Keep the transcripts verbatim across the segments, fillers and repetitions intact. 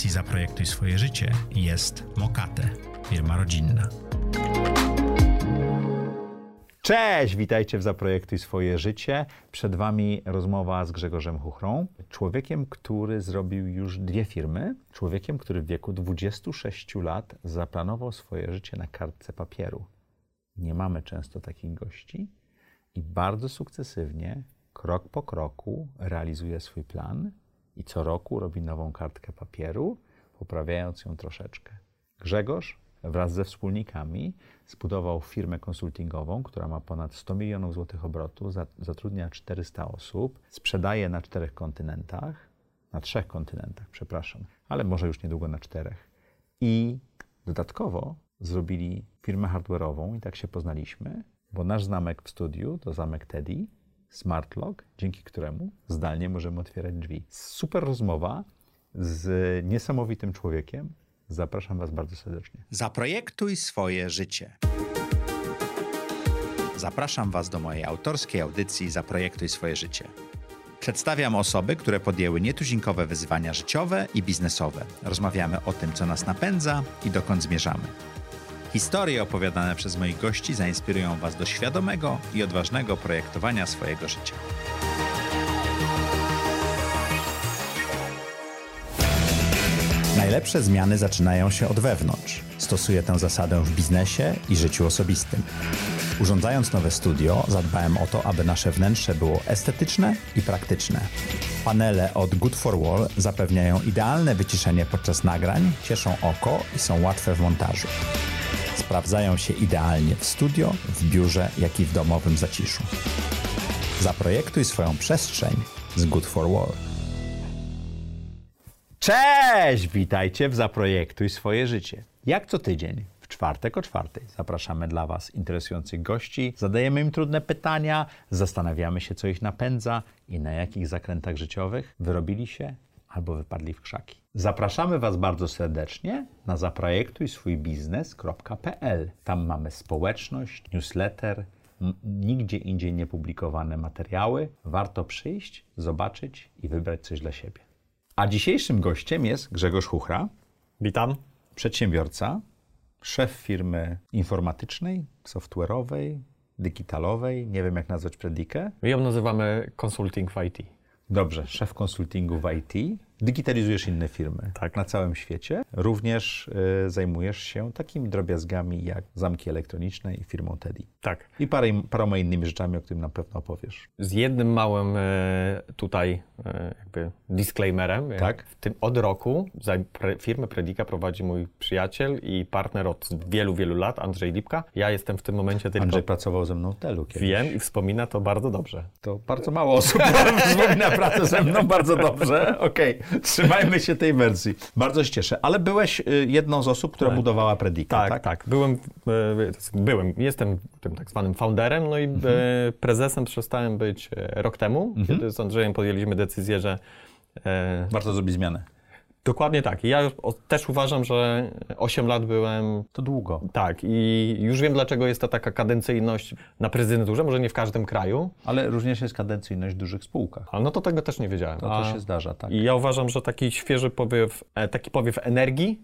audycji Zaprojektuj swoje życie jest Mokate, firma rodzinna. Cześć, witajcie w Zaprojektuj swoje życie. Przed wami rozmowa z Grzegorzem Chuchrą, człowiekiem, który zrobił już dwie firmy, człowiekiem, który w wieku dwudziestu sześciu lat zaplanował swoje życie na kartce papieru. Nie mamy często takich gości i bardzo sukcesywnie, krok po kroku realizuje swój plan i co roku robi nową kartkę papieru, poprawiając ją troszeczkę. Grzegorz wraz ze wspólnikami zbudował firmę konsultingową, która ma ponad sto milionów złotych obrotu, zatrudnia czterysta osób, sprzedaje na czterech kontynentach, na trzech kontynentach, przepraszam, ale może już niedługo na czterech. I dodatkowo zrobili firmę hardware'ową i tak się poznaliśmy, bo nasz zamek w studiu to zamek Teddy, Smart Lock, dzięki któremu zdalnie możemy otwierać drzwi. Super rozmowa z niesamowitym człowiekiem. Zapraszam was bardzo serdecznie. Zaprojektuj swoje życie. Zapraszam was do mojej autorskiej audycji Zaprojektuj swoje życie. Przedstawiam osoby, które podjęły nietuzinkowe wyzwania życiowe i biznesowe. Rozmawiamy o tym, co nas napędza i dokąd zmierzamy. Historie opowiadane przez moich gości zainspirują was do świadomego i odważnego projektowania swojego życia. Najlepsze zmiany zaczynają się od wewnątrz. Stosuję tę zasadę w biznesie i życiu osobistym. Urządzając nowe studio, zadbałem o to, aby nasze wnętrze było estetyczne i praktyczne. Panele od Good for Wall zapewniają idealne wyciszenie podczas nagrań, cieszą oko i są łatwe w montażu. Sprawdzają się idealnie w studio, w biurze, jak i w domowym zaciszu. Zaprojektuj swoją przestrzeń z Good for Wall. Cześć! Witajcie w Zaprojektuj swoje życie. Jak co tydzień, w czwartek o czwartej, zapraszamy dla was interesujących gości, zadajemy im trudne pytania, zastanawiamy się, co ich napędza i na jakich zakrętach życiowych wyrobili się albo wypadli w krzaki. Zapraszamy was bardzo serdecznie na zaprojektuj swój biznes kropka p l. Tam mamy społeczność, newsletter, m- nigdzie indziej niepublikowane materiały. Warto przyjść, zobaczyć i wybrać coś dla siebie. A dzisiejszym gościem jest Grzegorz Chuchra. Witam. Przedsiębiorca, szef firmy informatycznej, software'owej, digitalowej, nie wiem jak nazwać predikę. My ją nazywamy consulting w I T. Dobrze, szef konsultingu w I T. Digitalizujesz inne firmy tak. na całym świecie. Również y, zajmujesz się takimi drobiazgami jak zamki elektroniczne i firmą Teddy. Tak. I parę, paroma innymi rzeczami, o którym na pewno opowiesz. Z jednym małym e, tutaj e, jakby disclaimerem. Tak. W tym od roku za pre, firmę Predika prowadzi mój przyjaciel i partner od wielu, wielu lat, Andrzej Lipka. Ja jestem w tym momencie tylko... Andrzej pracował ze mną w Telu kiedyś. Wiem i wspomina to bardzo dobrze. To bardzo mało osób wspomina pracę ze mną bardzo dobrze. Okej. Okay. Trzymajmy się tej wersji. Bardzo się cieszę. Ale byłeś jedną z osób, która tak. budowała Predikę, tak? Tak, tak. Byłem, byłem, jestem tym tak zwanym founderem, no i mhm. prezesem przestałem być rok temu, mhm. kiedy z Andrzejem podjęliśmy decyzję, że... Warto zrobić zmianę. Dokładnie tak. I ja już, o, też uważam, że osiem lat byłem... To długo. Tak. I już wiem, dlaczego jest to taka kadencyjność na prezydenturze, może nie w każdym kraju. Ale również jest kadencyjność w dużych spółkach. A no to tego też nie wiedziałem. To, to się zdarza, tak. I ja uważam, że taki świeży powiew, taki powiew energii,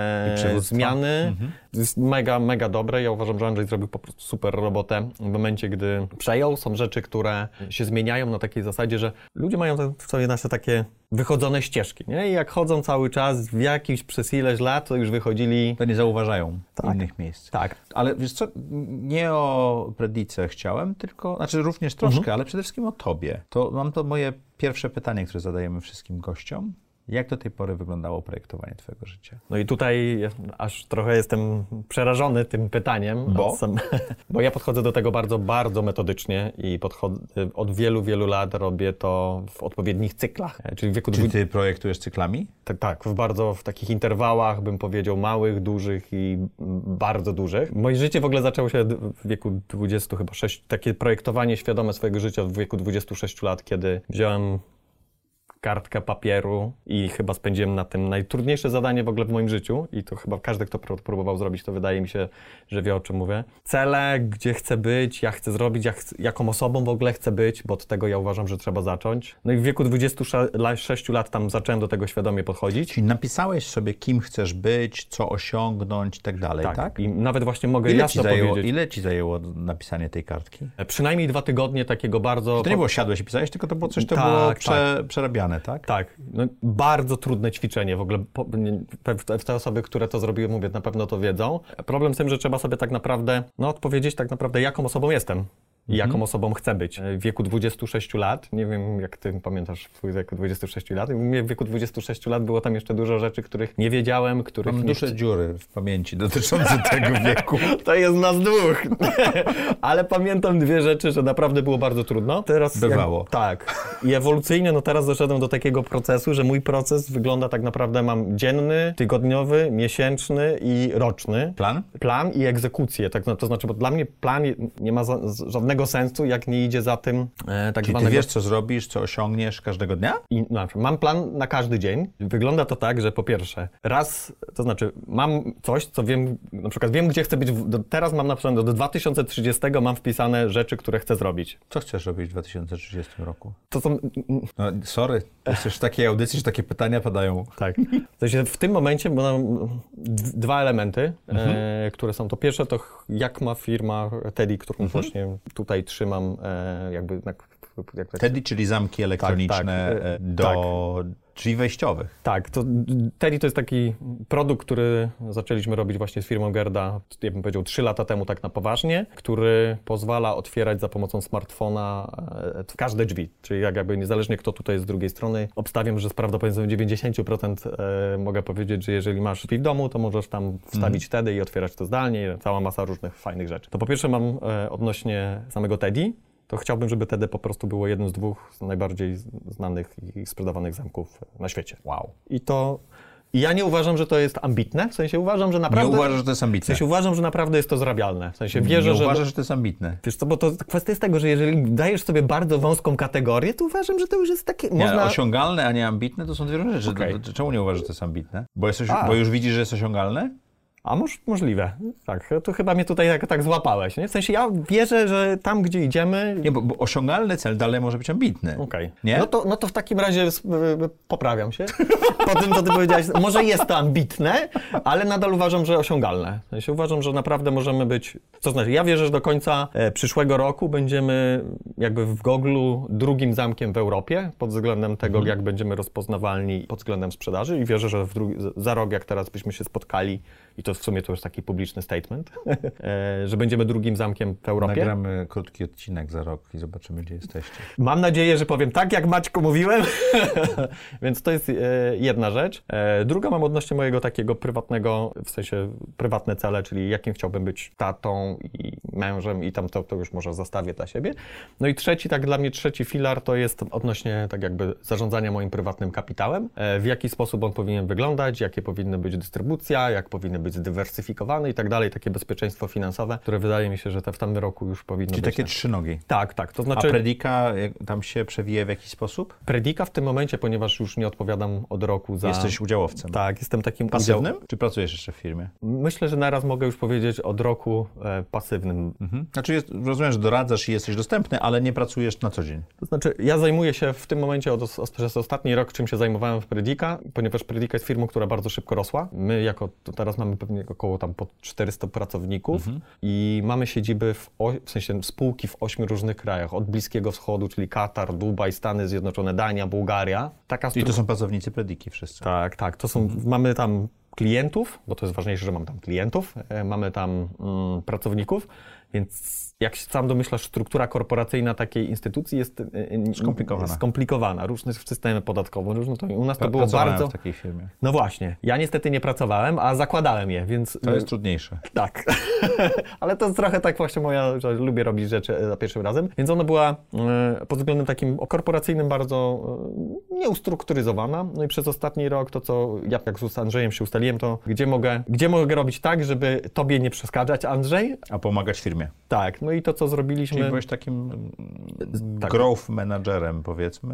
E, zmiany mhm. jest mega, mega dobre. Ja uważam, że Andrzej zrobił po prostu super robotę w momencie, gdy przejął. Są rzeczy, które się zmieniają na takiej zasadzie, że ludzie mają w sobie nasze takie wychodzone ścieżki, nie? I jak chodzą cały czas w jakimś przez ileś lat, to już wychodzili... To nie zauważają tak. innych miejsc. Tak. Ale wiesz co, nie o Predice chciałem, tylko, znaczy również troszkę, mhm. ale przede wszystkim o tobie. To mam to moje pierwsze pytanie, które zadajemy wszystkim gościom. Jak do tej pory wyglądało projektowanie twojego życia? No i tutaj aż trochę jestem przerażony tym pytaniem, bo, sam, bo ja podchodzę do tego bardzo, bardzo metodycznie i podchodzę, od wielu, wielu lat robię to w odpowiednich cyklach. Czyli w wieku Czy ty projektujesz cyklami? Tak, tak, w bardzo w takich interwałach, bym powiedział, małych, dużych i bardzo dużych. Moje życie w ogóle zaczęło się w wieku dwudziestu chyba sześciu, takie projektowanie świadome swojego życia w wieku dwudziestu sześciu lat, kiedy wziąłem kartkę papieru i chyba spędziłem na tym najtrudniejsze zadanie w ogóle w moim życiu i to chyba każdy, kto próbował zrobić, to wydaje mi się, że wie, o czym mówię. Cele, gdzie chcę być, jak chcę zrobić, jak, jaką osobą w ogóle chcę być, bo od tego ja uważam, że trzeba zacząć. No i w wieku dwudziestu sześciu lat tam zacząłem do tego świadomie podchodzić. Czyli napisałeś sobie, kim chcesz być, co osiągnąć i tak dalej, tak? tak? I nawet właśnie mogę ile jasno ci zajęło, powiedzieć. Ile ci zajęło napisanie tej kartki? Przynajmniej dwa tygodnie takiego bardzo... To nie było siadłeś i pisałeś, tylko to było coś, to tak, było prze, tak. przerabiane, tak? Tak. No, bardzo trudne ćwiczenie w ogóle. Po, nie, te osoby, które to zrobiły, mówię, na pewno to wiedzą. Problem z tym, że trzeba sobie tak naprawdę no, odpowiedzieć tak naprawdę, jaką osobą jestem. I jaką osobą chcę być. W wieku dwudziestu sześciu lat, nie wiem jak ty pamiętasz swój wieku dwudziestu sześciu lat, w wieku dwudziestu sześciu lat było tam jeszcze dużo rzeczy, których nie wiedziałem, których Mam nie... duże dziury w pamięci dotyczące tego wieku. To jest nas dwóch. Ale pamiętam dwie rzeczy, że naprawdę było bardzo trudno. Teraz Bywało. Jak, tak. I ewolucyjnie, no teraz doszedłem do takiego procesu, że mój proces wygląda tak naprawdę, mam dzienny, tygodniowy, miesięczny i roczny. Plan? Plan i egzekucję. Tak, no, to znaczy, bo dla mnie plan nie ma za, żadnego sensu, jak nie idzie za tym e, tak Czyli zwanego... ty wiesz, co zrobisz, co osiągniesz każdego dnia? I, no, mam plan na każdy dzień. Wygląda to tak, że po pierwsze, raz, to znaczy mam coś, co wiem, na przykład wiem, gdzie chcę być, w, do, teraz mam na przykład do dwa tysiące trzydziestego mam wpisane rzeczy, które chcę zrobić. Co chcesz robić w dwa tysiące trzydziestym roku? To są... No, sorry, jesteś w takiej audycji, że takie pytania padają. Tak. To się w tym momencie, bo mam dwa elementy, mhm. e, które są, to pierwsze to jak ma firma Teddy, którą mhm. właśnie tutaj trzymam, e, jakby... Na, jak Teddy, czyli zamki elektroniczne tak, tak, do tak. drzwi wejściowych. Tak, to Teddy to jest taki produkt, który zaczęliśmy robić właśnie z firmą Gerda, ja bym powiedział trzy lata temu tak na poważnie, który pozwala otwierać za pomocą smartfona każde drzwi, czyli jak jakby niezależnie kto tutaj jest z drugiej strony, obstawiam, że z prawdopodobieństwem dziewięćdziesiąt procent e, mogę powiedzieć, że jeżeli masz drzwi w domu, to możesz tam wstawić mm. Teddy i otwierać to zdalnie, cała masa różnych fajnych rzeczy. To po pierwsze mam e, odnośnie samego Teddy, to chciałbym, żeby Teddy po prostu było jednym z dwóch z najbardziej znanych i sprzedawanych zamków na świecie. Wow. I to... I ja nie uważam, że to jest ambitne, w sensie uważam, że naprawdę... Nie uważasz, że to jest ambitne? W sensie uważam, że naprawdę jest to zrabialne. W sensie wierzę, nie że... Nie uważasz, że to jest ambitne? Wiesz co, bo to kwestia jest tego, że jeżeli dajesz sobie bardzo wąską kategorię, to uważam, że to już jest takie... Nie, można... osiągalne, a nie ambitne to są dwie różne rzeczy. Okay. Czemu nie uważasz, że to jest ambitne? Bo, jesteś, bo już widzisz, że jest osiągalne? A moż, możliwe. Tak, to chyba mnie tutaj tak, tak złapałeś, nie? W sensie ja wierzę, że tam, gdzie idziemy... Nie, bo, bo osiągalny cel dalej może być ambitny. Okej. Okay. Nie? No to, no to w takim razie poprawiam się. Po tym, co ty powiedziałeś, może jest to ambitne, ale nadal uważam, że osiągalne. W sensie uważam, że naprawdę możemy być... Co znaczy, ja wierzę, że do końca e, przyszłego roku będziemy jakby w Goglu drugim zamkiem w Europie pod względem tego, mhm. jak będziemy rozpoznawalni pod względem sprzedaży i wierzę, że w drugi, za rok, jak teraz byśmy się spotkali i to w sumie to już taki publiczny statement, że będziemy drugim zamkiem w Europie. Nagramy krótki odcinek za rok i zobaczymy, gdzie jesteście. Mam nadzieję, że powiem tak, jak Maćku mówiłem. Więc to jest jedna rzecz. Druga mam odnośnie mojego takiego prywatnego, w sensie prywatne cele, czyli jakim chciałbym być tatą i mężem i tam to, to już może zostawię dla siebie. No i trzeci, tak dla mnie trzeci filar to jest odnośnie tak jakby zarządzania moim prywatnym kapitałem. W jaki sposób on powinien wyglądać, jakie powinny być dystrybucja, jak powinny być zdywersyfikowane i tak dalej, takie bezpieczeństwo finansowe, które wydaje mi się, że w tamtym roku już powinno Czyli być. Czyli takie trzy nogi. Tak, tak. To znaczy... A Predika tam się przewija w jakiś sposób? Predika w tym momencie, ponieważ już nie odpowiadam od roku za... Jesteś udziałowcem. Tak, jestem takim pasywnym? Udział... Czy pracujesz jeszcze w firmie? Myślę, że naraz mogę już powiedzieć od roku e, pasywnym. Mhm. Znaczy jest, rozumiem, że doradzasz i jesteś dostępny, ale nie pracujesz na co dzień. To znaczy ja zajmuję się w tym momencie od, od, przez ostatni rok, czym się zajmowałem w Predika, ponieważ Predika jest firmą, która bardzo szybko rosła. My jako, to teraz mamy pewnie około tam po czterysta pracowników mhm. i mamy siedziby w, o, w sensie spółki w ośmiu różnych krajach, od Bliskiego Wschodu, czyli Katar, Dubaj, Stany Zjednoczone, Dania, Bułgaria. Taka I to są pracownicy Prediki wszyscy. Tak, tak. To są, mhm. mamy tam klientów, bo to jest ważniejsze, że mamy tam klientów, e, mamy tam mm, pracowników, więc jak się sam domyślasz, struktura korporacyjna takiej instytucji jest e, skomplikowana. skomplikowana. Różne systemy podatkowe, różne to u nas to pra- było bardzo... w takiej firmie. No właśnie. Ja niestety nie pracowałem, a zakładałem je, więc... To jest trudniejsze. Tak. Ale to jest trochę tak właśnie moja, że lubię robić rzeczy za pierwszym razem. Więc ona była e, pod względem takim korporacyjnym bardzo e, nieustrukturyzowana. No i przez ostatni rok to, co ja jak z Andrzejem się ustaliłem, to gdzie mogę, gdzie mogę robić tak, żeby tobie nie przeszkadzać, Andrzej? A pomagać firmie. Tak. No i to, co zrobiliśmy... Czyli byłeś takim tak. growth managerem, powiedzmy.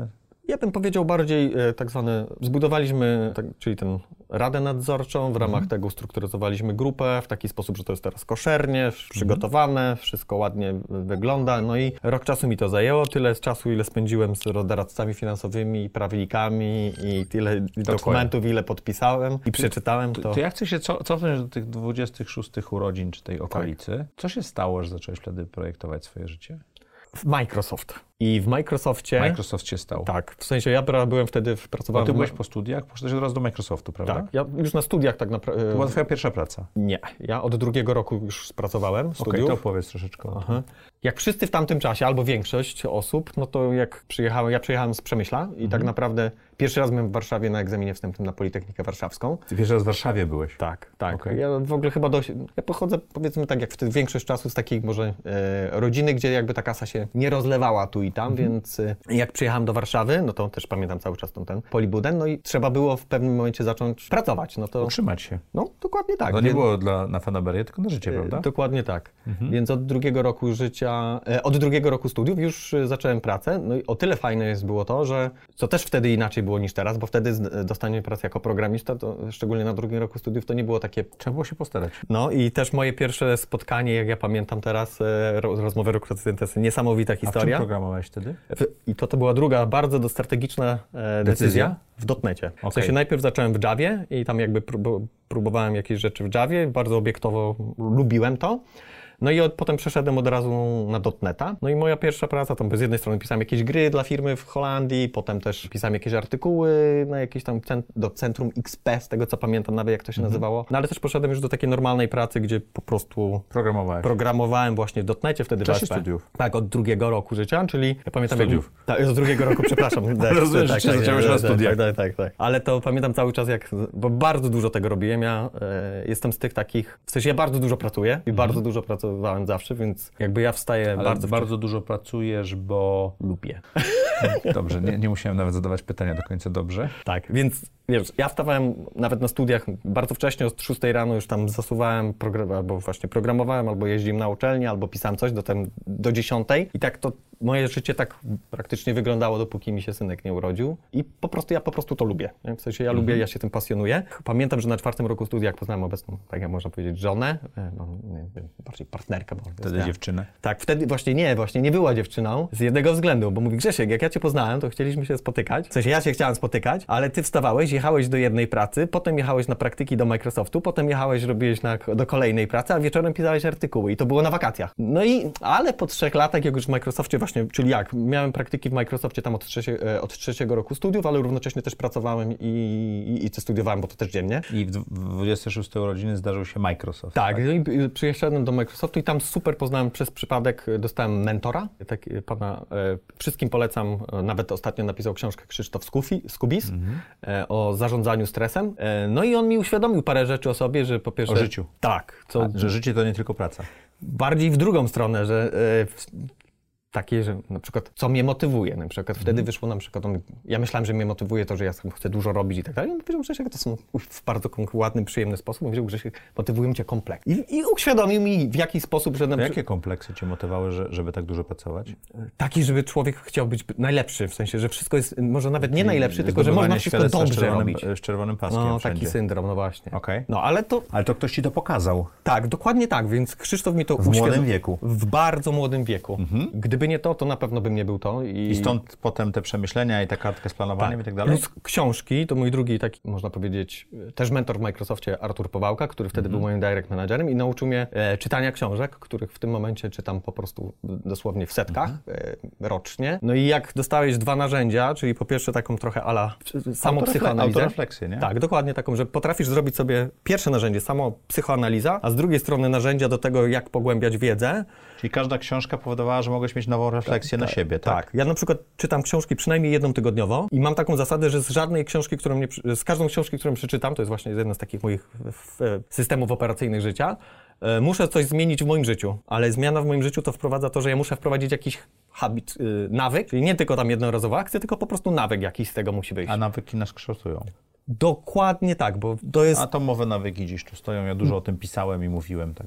Ja bym powiedział bardziej e, tak zwane, zbudowaliśmy, tak, czyli tę radę nadzorczą, w ramach mhm. tego ustrukturyzowaliśmy grupę w taki sposób, że to jest teraz koszernie, mhm. przygotowane, wszystko ładnie wygląda, no i rok czasu mi to zajęło, tyle czasu, ile spędziłem z doradcami finansowymi, prawnikami i tyle to dokumentów, twoje. ile podpisałem i przeczytałem. To, to, to ja chcę się co, cofnąć do tych dwudziestych szóstych urodzin, czy tej okolicy. Tak. Co się stało, że zacząłeś wtedy projektować swoje życie? W Microsoft. I w Microsoftie... Microsoft się stał. Tak, w sensie ja byłem wtedy, pracowałem... Bo ty byłeś po studiach, poszedłeś od razu do Microsoftu, prawda? Tak, ja już na studiach tak naprawdę... To była twoja pierwsza praca? Nie, ja od drugiego roku już pracowałem w studiów. Okej, to opowiedz troszeczkę o tym. Jak wszyscy w tamtym czasie, albo większość osób, no to jak przyjechałem, ja przyjechałem z Przemyśla i mhm. tak naprawdę pierwszy raz byłem w Warszawie na egzaminie wstępnym na Politechnikę Warszawską. Ty pierwszy raz w Warszawie byłeś? Tak, tak. Okay. Ja w ogóle chyba dość, ja pochodzę, powiedzmy tak, jak wtedy większość czasu z takiej może e, rodziny, gdzie jakby ta kasa się nie rozlewała tu i tam, mhm. więc e, jak przyjechałem do Warszawy, no to też pamiętam cały czas tą ten Polibuden, no i trzeba było w pewnym momencie zacząć pracować, no to... Utrzymać się. No, dokładnie tak. To nie więc, było dla, na fanaberię, tylko na życie, prawda? E, dokładnie tak. Mhm. Więc od drugiego roku życia, e, od drugiego roku studiów już zacząłem pracę, no i o tyle fajne jest było to, że co też wtedy inaczej było niż teraz, bo wtedy dostanie pracę jako programista, to szczególnie na drugim roku studiów, to nie było takie... Trzeba było się postarać. No i też moje pierwsze spotkanie, jak ja pamiętam teraz, rozmowę rekrutacyjną, to jest niesamowita historia. A w czym programowałeś wtedy? I to, to była druga bardzo strategiczna decyzja, decyzja? w dotnecie. Okay. W sensie najpierw zacząłem w Javie i tam jakby próbowałem jakieś rzeczy w Javie, bardzo obiektowo lubiłem to. No i od, potem przeszedłem od razu na dotneta. No i moja pierwsza praca, tam z jednej strony pisałem jakieś gry dla firmy w Holandii, potem też pisałem jakieś artykuły na jakieś tam cent, do Centrum X P, z tego co pamiętam nawet jak to się mhm. nazywało. No ale też poszedłem już do takiej normalnej pracy, gdzie po prostu Programowałeś. programowałem właśnie w dotnecie wtedy w czasie studiów. Tak, od drugiego roku życia, czyli ja pamiętam studiów. Jak, tak, od drugiego roku, przepraszam. tak, Rozumiem, tak, że tak, zacząłeś na studiach. Tak, tak, tak. Ale to pamiętam cały czas jak, bo bardzo dużo tego robiłem. Ja e, jestem z tych takich, w sensie ja bardzo dużo pracuję i mhm. bardzo dużo pracowałem zawsze, więc Więc jakby ja wstaję Ale bardzo... bardzo dużo pracujesz, bo... Lubię. Dobrze, nie, nie musiałem nawet zadawać pytania do końca dobrze. Tak, więc wiesz, ja wstawałem nawet na studiach bardzo wcześnie, od szóstej rano już tam zasuwałem, program, albo właśnie programowałem, albo jeździłem na uczelnię, albo pisałem coś do, tem, do dziesiątej. I tak to moje życie tak praktycznie wyglądało, dopóki mi się synek nie urodził. I po prostu ja po prostu to lubię. Nie? W sensie ja lubię, mm-hmm. ja się tym pasjonuję. Pamiętam, że na czwartym roku studiów, jak poznałem obecną, tak jak można powiedzieć, żonę, no, nie wiem, bardziej partnerkę. Bo wtedy ja. dziewczynę. Tak, wtedy właśnie nie, właśnie nie była dziewczyną z jednego względu, bo mówi Grzesiek, jak ja cię poznałem, to chcieliśmy się spotykać. W sensie ja się chciałem spotykać, ale ty wstawałeś, jechałeś do jednej pracy, potem jechałeś na praktyki do Microsoftu, potem jechałeś, robiłeś na, do kolejnej pracy, a wieczorem pisałeś artykuły i to było na wakacjach. No i, ale po trzech latach, jak już w Microsoftie właśnie, czyli jak, miałem praktyki w Microsoftie tam od, trzecie, od trzeciego roku studiów, ale równocześnie też pracowałem i, i, i studiowałem, bo to też dziennie. I w dwudzieste szóste urodziny zdarzył się Microsoft. Tak, tak? I przyjechałem do Microsoftu i tam super poznałem przez przypadek, dostałem mentora, tak, pana, e, wszystkim polecam, e, nawet ostatnio napisał książkę Krzysztof Skufi, Skubis mm-hmm. e, o zarządzaniu stresem. E, no i on mi uświadomił parę rzeczy o sobie, że po pierwsze... O życiu. Tak. Co, A, że życie to nie tylko praca. Bardziej w drugą stronę, że... E, takie, że na przykład co mnie motywuje, na przykład wtedy mm. wyszło na przykład, on, ja myślałem, że mnie motywuje to, że ja chcę dużo robić i tak dalej. On powiedział, Grzesiek, to są w bardzo ładny, przyjemny sposób. On powiedział, Grzesiek, motywują cię kompleksy. I, I uświadomił mi w jaki sposób, że... Na przykład... Jakie kompleksy cię motywowały, że, żeby tak dużo pracować? Taki, żeby człowiek chciał być najlepszy, w sensie, że wszystko jest, może nawet nie najlepszy, tylko że można wszystko dobrze z czerwonym, robić. Z czerwonym paskiem No, wszędzie. taki syndrom, no właśnie. Okay. No, ale to... Ale to ktoś ci to pokazał. Tak, dokładnie tak, więc Krzysztof mi to uświadomił. W młodym wieku. W bardzo młodym wieku. Mhm. Gdyby nie to, to na pewno bym nie był to. I, I stąd potem te przemyślenia i ta kartka z planowaniem tak. i tak dalej? Plus książki, to mój drugi taki, można powiedzieć, też mentor w Microsoftie, Artur Powałka, który wtedy mm-hmm. był moim direct managerem i nauczył mnie e, czytania książek, których w tym momencie czytam po prostu dosłownie w setkach mm-hmm. e, rocznie. No i jak dostałeś dwa narzędzia, czyli po pierwsze taką trochę ala samopsychoanalizę. Autorefleksję, nie? Tak, dokładnie taką, że potrafisz zrobić sobie pierwsze narzędzie, samo psychoanaliza, a z drugiej strony narzędzia do tego, jak pogłębiać wiedzę. Czyli każda książka powodowała, że mogłeś mieć nową refleksję tak, na siebie, tak? Tak. Ja na przykład czytam książki przynajmniej jedną tygodniowo i mam taką zasadę, że z żadnej książki, którą nie, z każdą książki, którą przeczytam, to jest właśnie jeden z takich moich systemów operacyjnych życia, muszę coś zmienić w moim życiu, ale zmiana w moim życiu to wprowadza to, że ja muszę wprowadzić jakiś habit, yy, nawyk, czyli nie tylko tam jednorazową akcję, tylko po prostu nawyk jakiś z tego musi wyjść. A nawyki nas kształtują. Dokładnie tak, bo to jest... Atomowe nawyki gdzieś tu stoją, ja dużo o tym pisałem i mówiłem, także...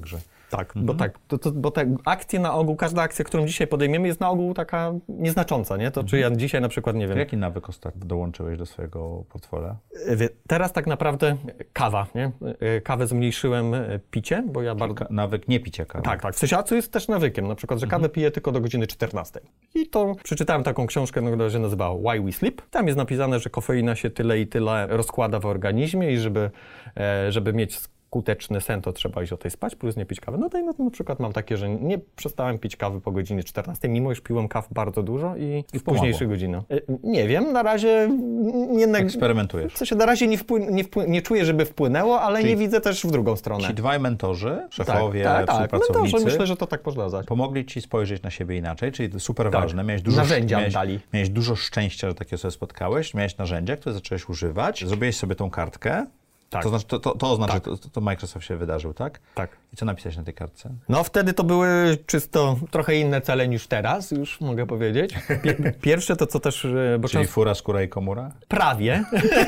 Tak, Mhm. bo tak, to, to, bo te akcje na ogół, każda akcja, którą dzisiaj podejmiemy jest na ogół taka nieznacząca, nie? To czy ja dzisiaj na przykład, nie wiem... Jaki nawyk ostatnio dołączyłeś do swojego portfolio? Wie- Teraz tak naprawdę kawa, nie? Kawę zmniejszyłem picie, bo ja bardzo... Ka- nawyk nie picia kawy. Tak, tak. W sensie, a co jest też nawykiem, na przykład, że kawę piję tylko do godziny czternastej. I to przeczytałem taką książkę, no, która się nazywa Why We Sleep. Tam jest napisane, że kofeina się tyle i tyle rozkłada w organizmie i żeby, e, żeby mieć skuteczny sen, to trzeba iść o tej spać, plus nie pić kawy. No to no, na przykład mam takie, że nie przestałem pić kawy po godzinie czternastej, mimo iż piłem kaw bardzo dużo i, I w późniejszych pomogło. godzinach. E, Nie wiem, na razie nie... neg- Eksperymentujesz. W sensie na razie nie, wpły- nie, wpły- nie czuję, żeby wpłynęło, ale Czyli nie widzę też w drugą stronę. Ci dwaj mentorzy, Tak, szefowie, tak, tak. współpracownicy, Mentorzy, myślę, że to tak można nazwać. pomogli ci spojrzeć na siebie inaczej, czyli to super Tak. ważne. Miałeś dużo, Narzędzia miałeś, dali. miałeś dużo szczęścia, że takie osoby spotkałeś, miałeś narzędzia, które zacząłeś używać, zrobiłeś sobie tą kartkę. Tak. To znaczy, to, to, to oznacza, Tak. to, to Microsoft się wydarzył, tak? Tak. I co napisałeś na tej kartce? No wtedy to były czysto trochę inne cele niż teraz, już mogę powiedzieć. Pie- Pierwsze to, co też... e, Bo Czyli często... fura, skóra i komura? Prawie.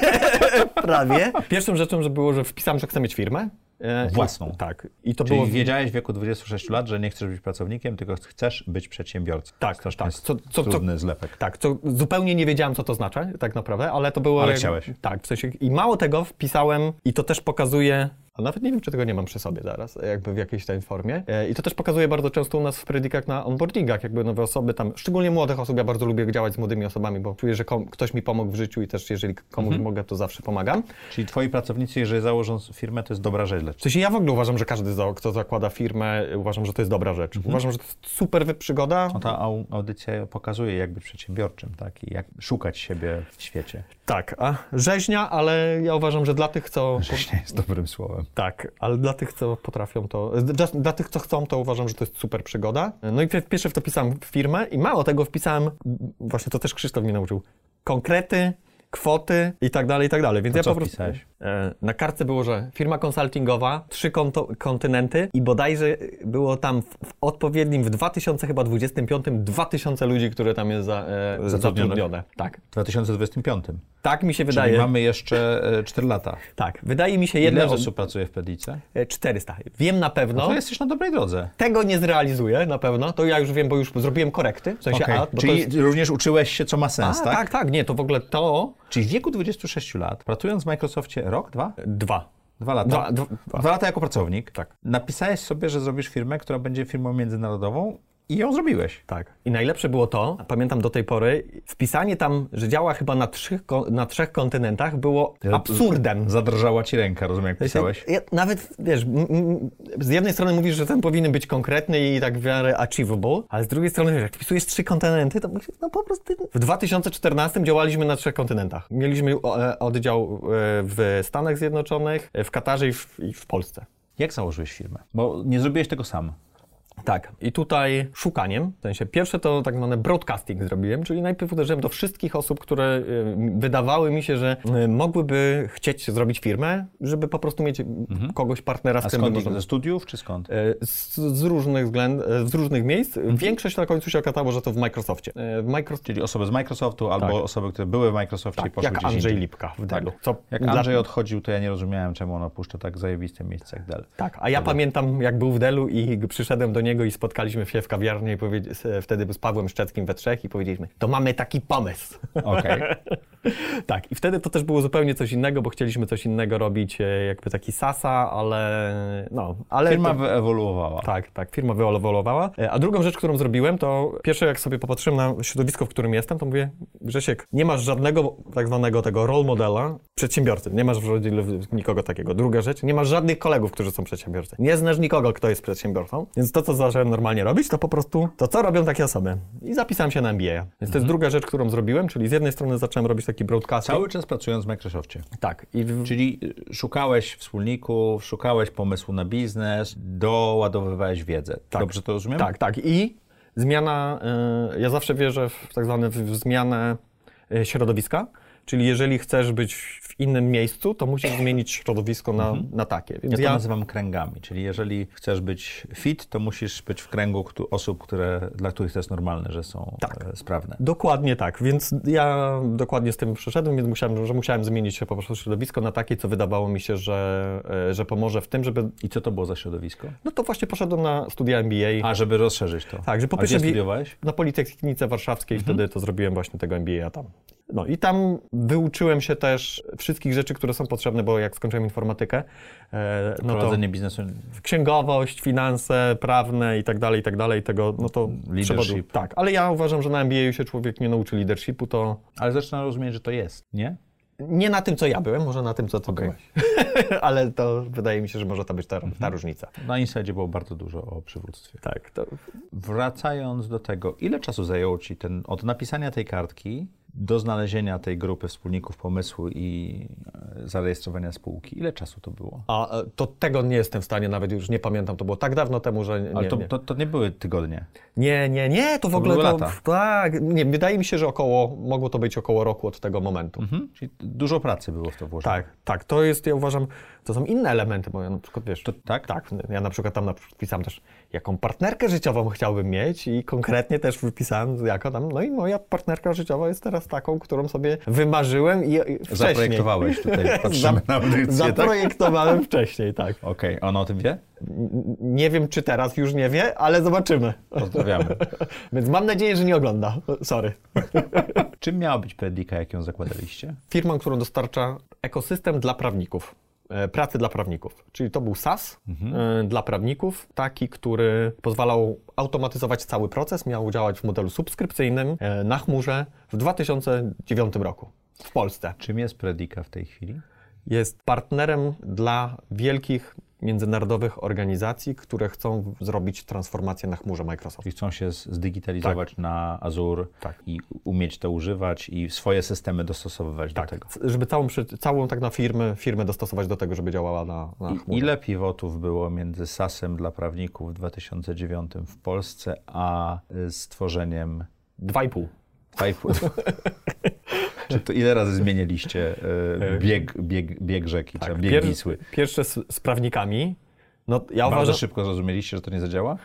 Prawie. Pierwszą rzeczą, że było, że wpisałem, że chcę mieć firmę. E, Własną. I, tak. I to Czyli było... wiedziałeś w wieku dwudziestu sześciu lat, że nie chcesz być pracownikiem, tylko chcesz być przedsiębiorcą. Tak, Strasznie tak. jest Co- co- co- trudny zlepek. Tak, co zupełnie nie wiedziałem, co to znaczy, tak naprawdę, ale to było... Ale jak- chciałeś. Tak, w sensie... I mało tego wpisałem i to też pokazuje... A nawet nie wiem, czy tego nie mam przy sobie zaraz, jakby w jakiejś tej formie. E, I to też pokazuje bardzo często u nas w predikach na onboardingach, jakby nowe osoby tam, szczególnie młodych osób, ja bardzo lubię działać z młodymi osobami, bo czuję, że kom, ktoś mi pomógł w życiu i też jeżeli komuś Mhm. mogę, to zawsze pomagam. Czyli twoi pracownicy, jeżeli założą firmę, to jest dobra rzecz dla W ciebie. sensie ja w ogóle uważam, że każdy, za- kto zakłada firmę, uważam, że to jest dobra rzecz. Uważam, że to jest super wy- przygoda. No ta au- audycja pokazuje, jak być przedsiębiorczym, tak? I jak szukać siebie w świecie. Tak, a rzeźnia, ale ja uważam, że dla tych, co... Rzeźnia jest dobrym słowem. Tak, ale dla tych, co potrafią to, dla, dla tych, co chcą, to uważam, że to jest super przygoda. No i pierwsze w to wpisałem firmę i mało tego wpisałem, właśnie to też Krzysztof mnie nauczył, konkrety, kwoty i tak dalej, i tak dalej. Więc To ja co po prostu wpisałeś? e, na kartce było, że firma konsultingowa, trzy konto, kontynenty i bodajże było tam w, w odpowiednim w dwa tysiące dwudziestym piątym dwa tysiące ludzi, które tam jest za, e, Zatrudnionych. zatrudnione. Tak. W dwa tysiące dwudziestym piątym. Tak mi się Czyli wydaje. mamy jeszcze e, cztery lata. Tak, wydaje mi się jedno, Ile że osób pracuje w Pedice? e, czterysta. Wiem na pewno. No to jesteś na dobrej drodze. Tego nie zrealizuję na pewno, to ja już wiem, bo już zrobiłem korekty. W sensie, Okej. a, bo Czyli to jest... również uczyłeś się, co ma a, sens, tak? tak? tak, nie, to w ogóle to Czyli w wieku dwudziestu sześciu lat, pracując w Microsoftie rok, dwa? dwa. Dwa lata. Dwa, dwa, Dwa lata jako pracownik. Tak. Napisałeś sobie, że zrobisz firmę, która będzie firmą międzynarodową i ją zrobiłeś. Tak. I najlepsze było to, pamiętam do tej pory, wpisanie tam, że działa chyba na trzech, ko- na trzech kontynentach było absurdem. Zadrżała ci ręka, rozumiem, jak pisałeś. Ja, nawet, wiesz, m, m, z jednej strony mówisz, że ten powinien być konkretny i tak w miarę achievable, ale z drugiej strony, wiesz, jak wpisujesz trzy kontynenty, to myślisz, no po prostu... W dwa tysiące czternastym działaliśmy na trzech kontynentach. Mieliśmy e, oddział e, w Stanach Zjednoczonych, e, w Katarze i w, i w Polsce. Jak założyłeś firmę? Bo nie zrobiłeś tego sam. Tak. I tutaj szukaniem, w sensie pierwsze to tak zwane broadcasting zrobiłem, czyli najpierw uderzyłem do wszystkich osób, które y, wydawały mi się, że y, mogłyby chcieć zrobić firmę, żeby po prostu mieć mhm. kogoś, partnera, z A którym skąd? by Ich? można... Ze studiów czy skąd? Y, Z, z różnych względów, z różnych miejsc. Mhm. Większość na końcu się okazało, że to w Microsoftie. Y, W Microsoft... Czyli osoby z Microsoftu albo Tak. osoby, które były w Microsoftie i Tak, poszły jak gdzieś Andrzej indziej. Lipka w Tak. Delu. Co Jak dla- Andrzej odchodził, to ja nie rozumiałem, czemu on opuszcza tak zajebiste miejsce jak Dell. Tak, a ja pamiętam, jak był w Delu i przyszedłem do niego i spotkaliśmy się w kawiarni i powiedzi... wtedy z Pawłem Szczeckim we trzech i powiedzieliśmy, to mamy taki pomysł. Okej. Tak, i wtedy to też było zupełnie coś innego, bo chcieliśmy coś innego robić, e, jakby taki sasa, ale no, ale... Firma to, wyewoluowała. tak, tak, firma wyewoluowała. E, A drugą rzecz, którą zrobiłem, to pierwsze jak sobie popatrzyłem na środowisko, w którym jestem, to mówię, Grzesiek, nie masz żadnego tak zwanego tego role modela przedsiębiorcy, nie masz w rodzinie nikogo takiego. Druga rzecz, nie masz żadnych kolegów, którzy są przedsiębiorcy. Nie znasz nikogo, kto jest przedsiębiorcą, więc to, co zacząłem normalnie robić, to po prostu to, co robią takie osoby. I zapisałem się na M B A. Więc to jest Mhm. druga rzecz, którą zrobiłem, czyli z jednej strony zacząłem robić taki broadcasting. Cały czas pracując w Microsoftie. Tak. I w... Czyli szukałeś wspólników, szukałeś pomysłu na biznes, doładowywałeś wiedzę. Tak. Dobrze to rozumiem? Tak, tak. I zmiana, y, ja zawsze wierzę w tak zwane w, w zmianę y, środowiska, Czyli jeżeli chcesz być w innym miejscu, to musisz zmienić środowisko na, mhm. na takie. Więc ja to ja... nazywam kręgami, czyli jeżeli chcesz być fit, to musisz być w kręgu osób, które, dla których to jest normalne, że są tak. sprawne. Dokładnie tak, więc ja dokładnie z tym przyszedłem, więc musiałem, że musiałem zmienić się po prostu środowisko na takie, co wydawało mi się, że, że pomoże w tym, żeby... I co to było za środowisko? No to właśnie poszedłem na studia M B A. A, żeby rozszerzyć to. Tak, że po A gdzie pierwsze studiowałeś? Na Politechnice Warszawskiej, mhm. wtedy to zrobiłem właśnie tego M B A tam. No i tam wyuczyłem się też wszystkich rzeczy, które są potrzebne, bo jak skończyłem informatykę, e, no prowadzenie biznesu, księgowość, finanse, prawne i tak dalej, i tak dalej, tego, no to leadership. Tak, ale ja uważam, że na M B A się człowiek nie nauczy leadershipu, to... Ale zaczyna rozumieć, że to jest, nie? Nie na tym, co ja byłem, może na tym, co ty okay. byłeś. Ale to wydaje mi się, że może to być ta, ta mhm. różnica. Na Insidzie było bardzo dużo o przywództwie. Tak. To... Wracając do tego, ile czasu zajęło ci ten, od napisania tej kartki do znalezienia tej grupy wspólników pomysłu i zarejestrowania spółki? Ile czasu to było? A to tego nie jestem w stanie, nawet już nie pamiętam, to było tak dawno temu, że nie. Ale to nie, to, to nie były tygodnie? Nie, nie, nie, to w to ogóle były to... lata. Tak, nie, wydaje mi się, że około, mogło to być około roku od tego momentu. Mhm. Czyli dużo pracy było w to włożone. Tak, tak, to jest, ja uważam, to są inne elementy, bo ja na przykład, wiesz... To, tak? Tak, ja na przykład tam wpisałem też, jaką partnerkę życiową chciałbym mieć i konkretnie też wypisałem, jako tam, no i moja partnerka życiowa jest teraz taką, którą sobie wymarzyłem i wcześniej. Zaprojektowałeś tutaj, patrzymy na audycję, Zaprojektowałem tak? wcześniej, tak. Okej, okay. Ona o tym wie? Nie wiem, czy teraz już nie wie, ale zobaczymy. Pozdrawiamy. Więc mam nadzieję, że nie ogląda. Sorry. Czym miała być Predica, jak ją zakładaliście? Firmą, którą dostarcza ekosystem dla prawników. Pracy dla prawników. Czyli to był SaaS mhm. dla prawników, taki, który pozwalał automatyzować cały proces, miał działać w modelu subskrypcyjnym na chmurze w dwa tysiące dziewiątym roku w Polsce. Czym jest Predica w tej chwili? Jest partnerem dla wielkich międzynarodowych organizacji, które chcą zrobić transformację na chmurze Microsoft. I chcą się zdigitalizować tak. na Azure tak. i umieć to używać i swoje systemy dostosowywać tak. do tego. Żeby całą, całą tak na firmę, firmę dostosować do tego, żeby działała na, na chmurze. I ile pivotów było między SaaS-em dla prawników w dwa tysiące dziewiątym w Polsce, a stworzeniem... Dwa i pół. Dwa i pół. Czy to ile razy zmieniliście y, bieg, bieg, bieg rzeki, tak, czy bieg pier, Wisły? Pierwsze z, z prawnikami. No, ja Bardzo uważam, szybko zrozumieliście, że to nie zadziała?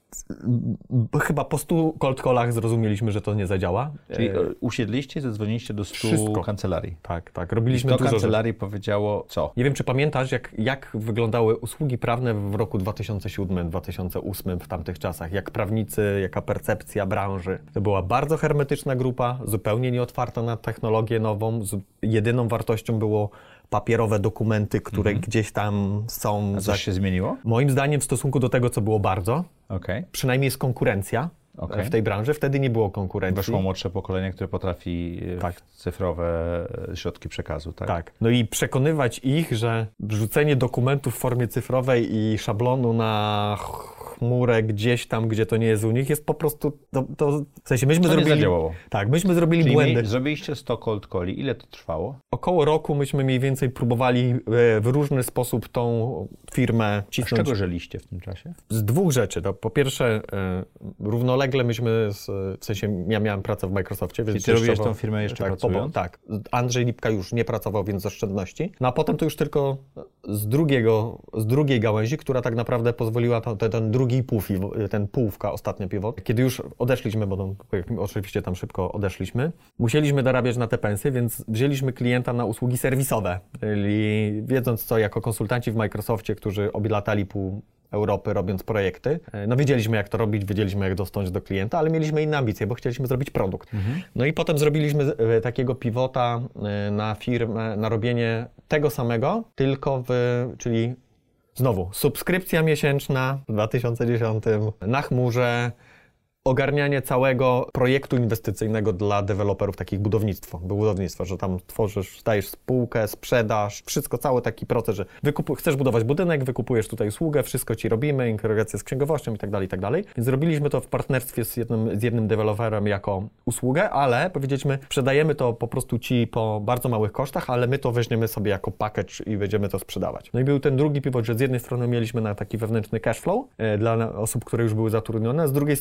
Chyba po stu cold callach zrozumieliśmy, że to nie zadziała. Czyli usiedliście i zadzwoniliście do stu Wszystko. kancelarii. Tak, tak. Robiliśmy I to dużo kancelarii rzeczy. powiedziało co? Nie wiem, czy pamiętasz, jak, jak wyglądały usługi prawne w roku dwa tysiące siódmym, dwa tysiące ósmym w tamtych czasach. Jak prawnicy, jaka percepcja branży. To była bardzo hermetyczna grupa, zupełnie nieotwarta na technologię nową. Z, jedyną wartością było papierowe dokumenty, które mhm. gdzieś tam są. A coś za... się zmieniło? Moim zdaniem w stosunku do tego, co było bardzo. Okay. Przynajmniej jest konkurencja okay. w tej branży. Wtedy nie było konkurencji. Weszło młodsze pokolenie, które potrafi tak. cyfrowe środki przekazu. Tak? tak. No i przekonywać ich, że wrzucenie dokumentów w formie cyfrowej i szablonu na chmurę gdzieś tam, gdzie to nie jest u nich, jest po prostu, to, to w sensie myśmy to zrobili... nie zadziałało. Tak, myśmy zrobili Czyli błędy. Zrobiliście sto cold calli. Ile to trwało? Około roku myśmy mniej więcej próbowali w różny sposób tą firmę cisnąć. A z czego żyliście w tym czasie? Z dwóch rzeczy. To po pierwsze, równolegle myśmy, z, w sensie ja miałem pracę w Microsoftie, więc... I ty robiłeś tą firmę jeszcze tak, pracując? Po, tak. Andrzej Lipka już nie pracował, więc z oszczędności. No a potem to już tylko z drugiego, z drugiej gałęzi, która tak naprawdę pozwoliła to, ten drugi pół, ten półka, ostatnia pivot. Kiedy już odeszliśmy, bo tam, oczywiście tam szybko odeszliśmy, musieliśmy dorabiać na te pensje, więc wzięliśmy klienta na usługi serwisowe, czyli wiedząc co, jako konsultanci w Microsoftie, którzy oblatali pół Europy robiąc projekty, no wiedzieliśmy jak to robić, wiedzieliśmy jak dostąpić do klienta, ale mieliśmy inne ambicje, bo chcieliśmy zrobić produkt. Mhm. No i potem zrobiliśmy takiego pivota na firmę, na robienie tego samego, tylko w, czyli znowu, subskrypcja miesięczna w dwa tysiące dziesiątym na chmurze, ogarnianie całego projektu inwestycyjnego dla deweloperów, takich budownictwo, budownictwo, że tam tworzysz, dajesz spółkę, sprzedaż, wszystko, cały taki proces, że wykupu, chcesz budować budynek, wykupujesz tutaj usługę, wszystko ci robimy, integracja z księgowością i tak dalej, i tak dalej. Więc zrobiliśmy to w partnerstwie z jednym, z jednym deweloperem jako usługę, ale powiedzieliśmy, sprzedajemy to po prostu ci po bardzo małych kosztach, ale my to weźmiemy sobie jako package i będziemy to sprzedawać. No i był ten drugi pivot, że z jednej strony mieliśmy na taki wewnętrzny cash flow e, dla osób, które już były zatrudnione, a z drugiej strony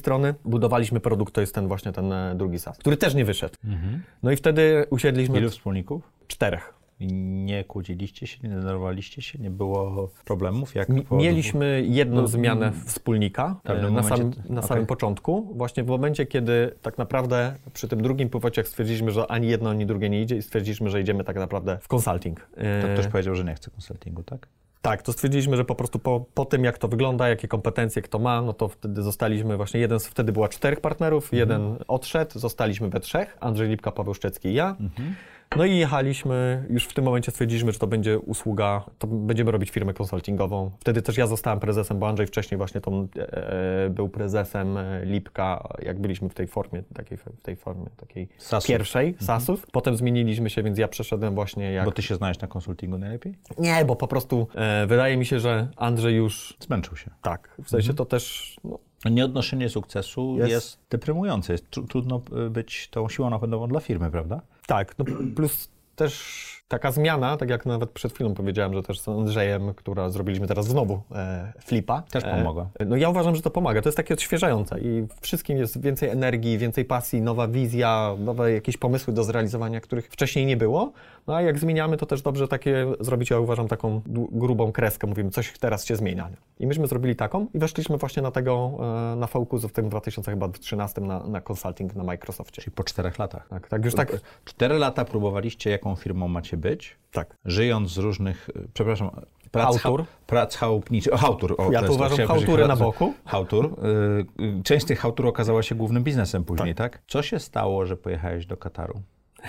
budowaliśmy produkt, to jest ten właśnie ten drugi SaaS, który też nie wyszedł. Mhm. No i wtedy usiedliśmy... Ilu wspólników? Czterech. Nie kłóciliście się, nie denerwowaliście się, nie było problemów? Jak Mi, mieliśmy jedną zmianę wspólnika na, na, samym, momencie... na okay. samym początku, właśnie w momencie, kiedy tak naprawdę przy tym drugim pivocie stwierdziliśmy, że ani jedno, ani drugie nie idzie i stwierdziliśmy, że idziemy tak naprawdę w consulting. To ktoś powiedział, że nie chce konsultingu, tak? Tak, to stwierdziliśmy, że po prostu po, po tym, jak to wygląda, jakie kompetencje kto ma, no to wtedy zostaliśmy właśnie, jeden, wtedy była czterech partnerów, mhm. jeden odszedł, zostaliśmy we trzech, Andrzej Lipka, Paweł Szczecki i ja. Mhm. No i jechaliśmy, już w tym momencie stwierdziliśmy, że to będzie usługa, to będziemy robić firmę konsultingową. Wtedy też ja zostałem prezesem, bo Andrzej wcześniej właśnie tą, e, był prezesem Lipka, jak byliśmy w tej formie, takiej, w tej formie takiej Sasów. pierwszej, mhm. Sasów. Potem zmieniliśmy się, więc ja przeszedłem właśnie jak... Bo ty się znałeś na konsultingu najlepiej? Nie, bo po prostu e, wydaje mi się, że Andrzej już... Zmęczył się. Tak, w sensie mhm. to też... No, Nieodnoszenie sukcesu jest, jest deprymujące. Jest tr- trudno być tą siłą napędową dla firmy, prawda? Tak, no plus też taka zmiana, tak jak nawet przed chwilą powiedziałem, że też z Andrzejem, która zrobiliśmy teraz znowu e, flipa. Też pomogła. E, no ja uważam, że to pomaga. To jest takie odświeżające i wszystkim jest więcej energii, więcej pasji, nowa wizja, nowe jakieś pomysły do zrealizowania, których wcześniej nie było. No a jak zmieniamy, to też dobrze takie zrobić, ja uważam, taką grubą kreskę. Mówimy, coś teraz się zmienia. I myśmy zrobili taką i weszliśmy właśnie na tego, e, na Focus w tym dwa tysiące trzynastym na, na consulting na Microsoftie. Czyli po czterech latach. Tak, tak już tak. Cztery lata próbowaliście, jaką firmą macie być? Tak. Żyjąc z różnych, przepraszam, prac, Autor. Ha, prac chałupniczych, o, chałtur. O, ja to uważam chałtury na boku. Chałtur. Yy, część z tych chałtur okazała się głównym biznesem później, tak. tak? Co się stało, że pojechałeś do Kataru?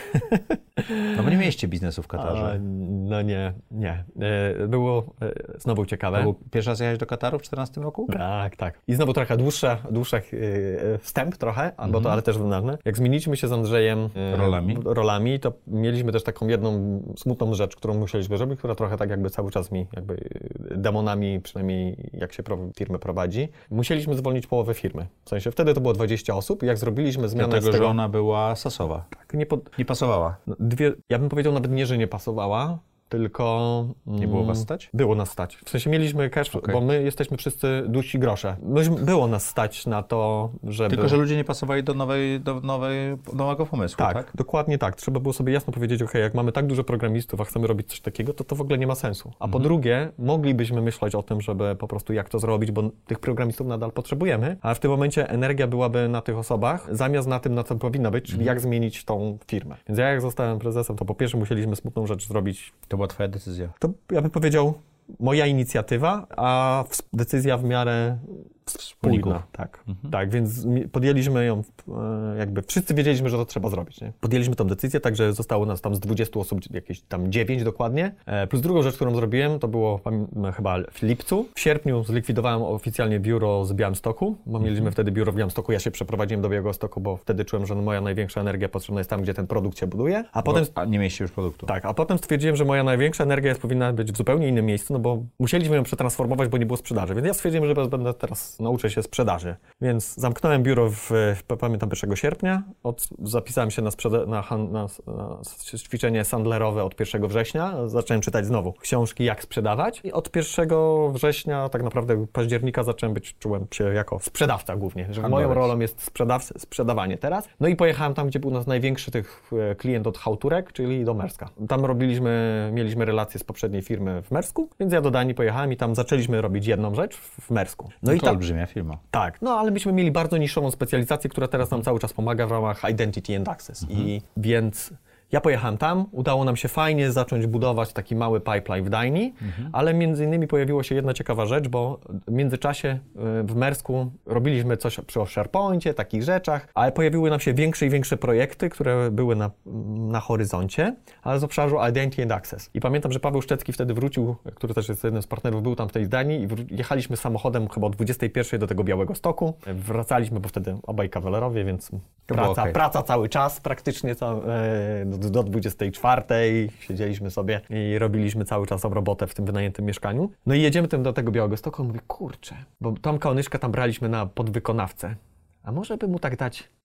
No bo nie mieliście biznesu w Katarze. A, no nie, nie. Było znowu ciekawe. To był pierwszy raz jechałeś do Kataru w czternastym roku? Tak, tak. I znowu trochę dłuższe, dłuższy wstęp trochę, mm-hmm. bo to ale też ważne. Jak zmieniliśmy się z Andrzejem rolami. rolami, to mieliśmy też taką jedną smutną rzecz, którą musieliśmy zrobić, która trochę tak jakby cały czas mi jakby demonami, przynajmniej jak się firmę prowadzi. Musieliśmy zwolnić połowę firmy. W sensie wtedy to było dwadzieścia osób i jak zrobiliśmy zmianę Dlatego, z tego... że ona była sasowa. Tak, nie pod... Nie pasowała. Dwie, ja bym powiedział nawet nie, że nie pasowała, tylko... Nie było was stać? Było nas stać. W sensie mieliśmy cash, okay. bo my jesteśmy wszyscy dusi grosze. Myśmy, było nas stać na to, żeby... Tylko, że ludzie nie pasowali do, nowej, do nowej, nowego pomysłu, tak? Tak, dokładnie tak. Trzeba było sobie jasno powiedzieć, ok, jak mamy tak dużo programistów, a chcemy robić coś takiego, to to w ogóle nie ma sensu. A mhm. po drugie, moglibyśmy myśleć o tym, żeby po prostu jak to zrobić, bo tych programistów nadal potrzebujemy, a w tym momencie energia byłaby na tych osobach, zamiast na tym, na co powinna być, czyli mhm. jak zmienić tą firmę. Więc ja jak zostałem prezesem, to po pierwsze musieliśmy smutną rzecz zrobić. To była twoja decyzja? To ja bym powiedział moja inicjatywa, a decyzja w miarę wspólna. Tak, mhm. tak, więc podjęliśmy ją, jakby wszyscy wiedzieliśmy, że to trzeba zrobić. Nie? Podjęliśmy tą decyzję, także zostało nas tam z dwudziestu osób jakieś tam dziewięć dokładnie. Plus drugą rzecz, którą zrobiłem, to było chyba w lipcu. W sierpniu zlikwidowałem oficjalnie biuro z Białymstoku, bo mieliśmy mhm. wtedy biuro w Białymstoku. Ja się przeprowadziłem do Białegostoku, bo wtedy czułem, że moja największa energia potrzebna jest tam, gdzie ten produkt się buduje. A potem... Bo, a nie mieliście już produktu. Tak, a potem stwierdziłem, że moja największa energia jest, powinna być w zupełnie innym miejscu, no bo musieliśmy ją przetransformować, bo nie było sprzedaży. Więc ja stwierdziłem, że będę teraz nauczę się sprzedaży. Więc zamknąłem biuro w, w pamiętam, pierwszego sierpnia. Od, zapisałem się na, sprzeda- na, na, na ćwiczenie sandlerowe od pierwszego września. Zacząłem czytać znowu książki, jak sprzedawać. I od pierwszego września, tak naprawdę października, zacząłem być, czułem się jako sprzedawca głównie. Że moją rolą jest sprzedaw- sprzedawanie teraz. No i pojechałem tam, gdzie był nas największy tych klient od Chałturek, czyli do Merska. Tam robiliśmy, mieliśmy relacje z poprzedniej firmy w Mersku, więc ja do Danii pojechałem i tam zaczęliśmy robić jedną rzecz w Mersku. No, no i to ta... olbrzymia firma. Tak, no ale myśmy mieli bardzo niszową specjalizację, która teraz nam cały czas pomaga w ramach Identity and Access. Mhm. I więc ja pojechałem tam, udało nam się fajnie zacząć budować taki mały pipeline w Danii, mhm. ale między innymi pojawiła się jedna ciekawa rzecz, bo w międzyczasie w Mersku robiliśmy coś przy SharePoincie, takich rzeczach, ale pojawiły nam się większe i większe projekty, które były na, na horyzoncie, ale z obszaru Identity and Access. I pamiętam, że Paweł Szczecki wtedy wrócił, który też jest jednym z partnerów, był tam w tej Danii i wró- jechaliśmy samochodem chyba o dwudziestej pierwszej do tego Białegostoku. Wracaliśmy, bo wtedy obaj kawalerowie, więc praca, okay. praca cały czas, praktycznie cały, e, do dwudziestej czwartej siedzieliśmy sobie i robiliśmy cały czas robotę w tym wynajętym mieszkaniu. No i jedziemy tym do tego Białegostoku i mówię, kurczę, bo Tomka Onyszka tam braliśmy na podwykonawcę. A może by mu tak dać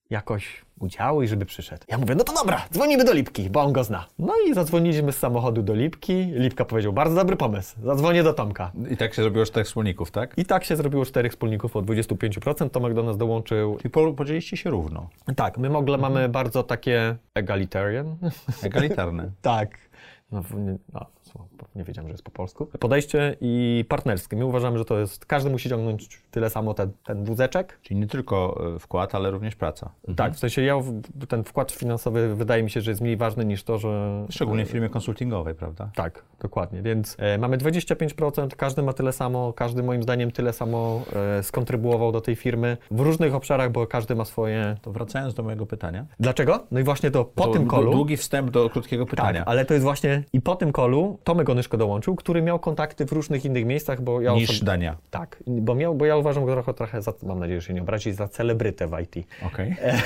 jakoś udziału i żeby przyszedł. Ja mówię, no to dobra, dzwonimy do Lipki, bo on go zna. No i zadzwoniliśmy z samochodu do Lipki. Lipka powiedział, bardzo dobry pomysł, zadzwonię do Tomka. I tak się zrobiło czterech wspólników, tak? I tak się zrobiło czterech wspólników o dwadzieścia pięć procent. Tomek do nas dołączył. I po, podzieliście się równo. Tak, my w ogóle mhm. mamy bardzo takie egalitarian. Egalitarne. Tak. No, nie, no, nie wiedziałem, że jest po polsku. Podejście i partnerskie. My uważamy, że to jest, każdy musi ciągnąć tyle samo ten, ten wózeczek. Czyli nie tylko wkład, ale również praca. Mhm. Tak, w sensie ja, ten wkład finansowy wydaje mi się, że jest mniej ważny niż to, że... Szczególnie w firmie konsultingowej, prawda? Tak, dokładnie. Więc e, mamy dwadzieścia pięć procent, każdy ma tyle samo, każdy moim zdaniem tyle samo e, skontrybuował do tej firmy w różnych obszarach, bo każdy ma swoje... To wracając do mojego pytania. Dlaczego? No i właśnie to po to tym kolu... Długi wstęp do krótkiego pytania. Tak, ale to jest właśnie... I po tym kolu Tomek Onyszko dołączył, który miał kontakty w różnych innych miejscach, bo ja... Niż osob... Dania. Tak, bo, miał, bo ja uważam go trochę, trochę za, mam nadzieję, że się nie obrazi, za celebrytę w I T. Okej. Okay.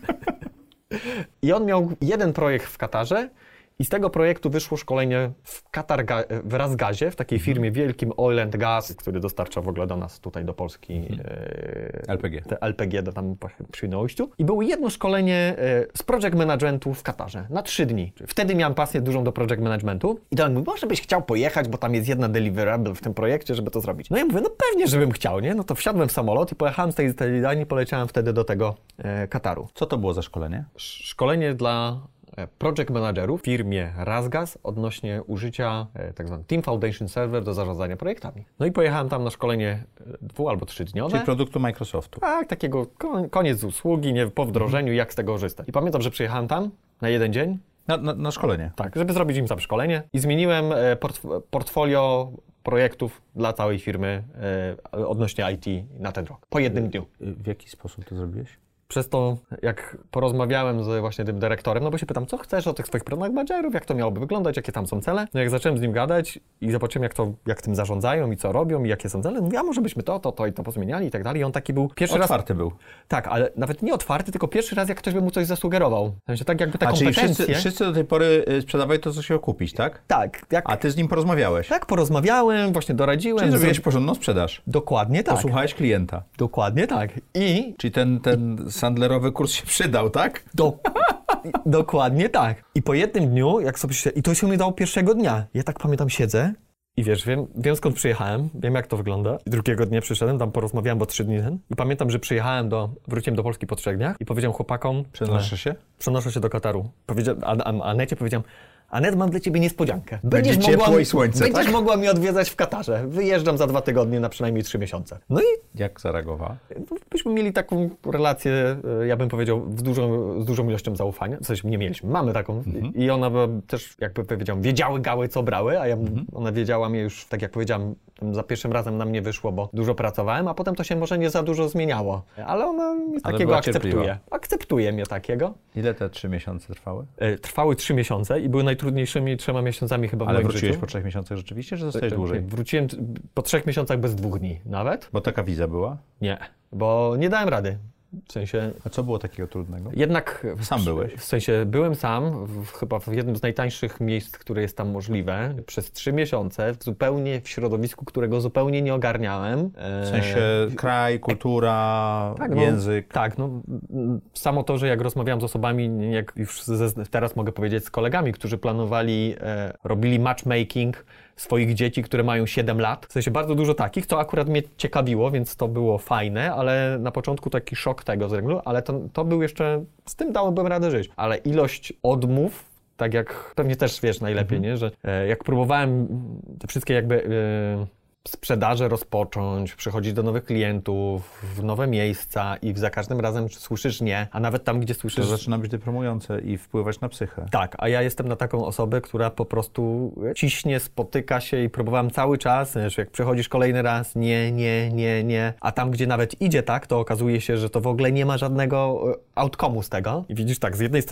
I on miał jeden projekt w Katarze i z tego projektu wyszło szkolenie w Katar w Razgazie, w takiej firmie wielkim Oil and Gas, który dostarcza w ogóle do nas tutaj do Polski mhm. e, L P G. Te L P G do tam przy Świnoujściu. I było jedno szkolenie e, z project managementu w Katarze na trzy dni. Wtedy miałem pasję dużą do project managementu i Daniel mówi, może byś chciał pojechać, bo tam jest jedna deliverable w tym projekcie, żeby to zrobić. No ja mówię, no pewnie, żebym chciał, nie? No to wsiadłem w samolot i pojechałem z tej, z tej Danii, poleciałem wtedy do tego e, Kataru. Co to było za szkolenie? Szkolenie dla project managerów w firmie Razgas odnośnie użycia e, tak zwany Team Foundation Server do zarządzania projektami. No i pojechałem tam na szkolenie dwu- albo trzydniowe. Czyli produktu Microsoftu. Tak, takiego kon- koniec usługi, nie, po wdrożeniu, mm. jak z tego korzystać. I pamiętam, że przyjechałem tam na jeden dzień. Na, na, na szkolenie? Tak, żeby zrobić im sam szkolenie i zmieniłem e, portf- portfolio projektów dla całej firmy e, odnośnie I T na ten rok. Po jednym dniu. W jaki sposób to zrobiłeś? Przez to, jak porozmawiałem z właśnie tym dyrektorem, no bo się pytam, co chcesz od tych swoich product managerów, jak to miałoby wyglądać, jakie tam są cele. No jak zacząłem z nim gadać i zobaczyłem, jak to, jak tym zarządzają i co robią i jakie są cele, mówię, a może byśmy to, to, to i to pozmieniali i tak dalej. I on taki był pierwszy raz... Otwarty był. Tak, ale nawet nie otwarty, tylko pierwszy raz, jak ktoś by mu coś zasugerował. W sensie tak jakby te a, kompetencje... czyli wszyscy, wszyscy do tej pory sprzedawali to, co się okupić, tak? Tak. Jak... A ty z nim porozmawiałeś? Tak, porozmawiałem, właśnie doradziłem. Czyli zrobiłeś porządną sprzedaż? Dokładnie tak. Posłuchałeś klienta? Dokładnie tak. I... Czyli ten, ten sandlerowy kurs się przydał, tak? Do... Dokładnie tak. I po jednym dniu, jak sobie się... I to się mi dało pierwszego dnia. Ja tak pamiętam, siedzę i wiesz, wiem, wiem skąd przyjechałem, wiem jak to wygląda. I drugiego dnia przyszedłem, tam porozmawiałem, bo trzy dni ten. I pamiętam, że przyjechałem do... Wróciłem do Polski po trzech dniach i powiedziałem chłopakom... Przenoszę się? Przenoszę się do Kataru. Powiedział, a, a Anecie powiedziałem... Anet, mam dla ciebie niespodziankę. Będziesz Będzie ciepło mogła, i słońce, Będziesz tak? mogła mnie odwiedzać w Katarze. Wyjeżdżam za dwa tygodnie na przynajmniej trzy miesiące. No i... Jak zareagowała? No, byśmy mieli taką relację, ja bym powiedział, z dużą, z dużą ilością zaufania. W sensie nie mieliśmy, mamy taką. Mhm. I ona też, jakby powiedział, wiedziały gały, co brały, a ja, mhm. ona wiedziała mnie już, tak jak powiedziałam, za pierwszym razem na mnie wyszło, bo dużo pracowałem, a potem to się może nie za dużo zmieniało. Ale ona mnie Ale takiego akceptuje. Akceptuje mnie takiego. Ile te trzy miesiące trwały? Trwały trzy miesiące i były najtrudniejszymi trzema miesiącami chyba w Ale moim wróciłeś życiu. po trzech miesiącach rzeczywiście, czy zostałeś dłużej? Wróciłem po trzech miesiącach bez dwóch dni nawet. Bo taka wiza była? Nie, bo nie dałem rady. W sensie... A co było takiego trudnego? Jednak... Sam w, byłeś? W sensie byłem sam, w, chyba w jednym z najtańszych miejsc, które jest tam możliwe, przez trzy miesiące, zupełnie w środowisku, którego zupełnie nie ogarniałem. W sensie kraj, kultura, tak, no, język? Tak, no samo to, że jak rozmawiałem z osobami, jak już ze, teraz mogę powiedzieć z kolegami, którzy planowali, e, robili matchmaking swoich dzieci, które mają siedem lat. W sensie bardzo dużo takich, co akurat mnie ciekawiło, więc to było fajne, ale na początku taki szok tego z reguły, ale to, to był jeszcze, z tym dałbym radę żyć. Ale ilość odmów, tak jak pewnie też wiesz najlepiej, mhm. nie? Że e, jak próbowałem te wszystkie jakby e, sprzedaże rozpocząć, przychodzić do nowych klientów, w nowe miejsca i za każdym razem słyszysz nie, a nawet tam, gdzie słyszysz... To zaczyna być depromujące i wpływać na psychę. Tak, a ja jestem na taką osobę, która po prostu ciśnie, spotyka się i próbowałem cały czas, wiesz, jak przychodzisz kolejny raz, nie, nie, nie, nie, a tam, gdzie nawet idzie tak, to okazuje się, że to w ogóle nie ma żadnego outcome'u z tego. I widzisz tak, z jednej strony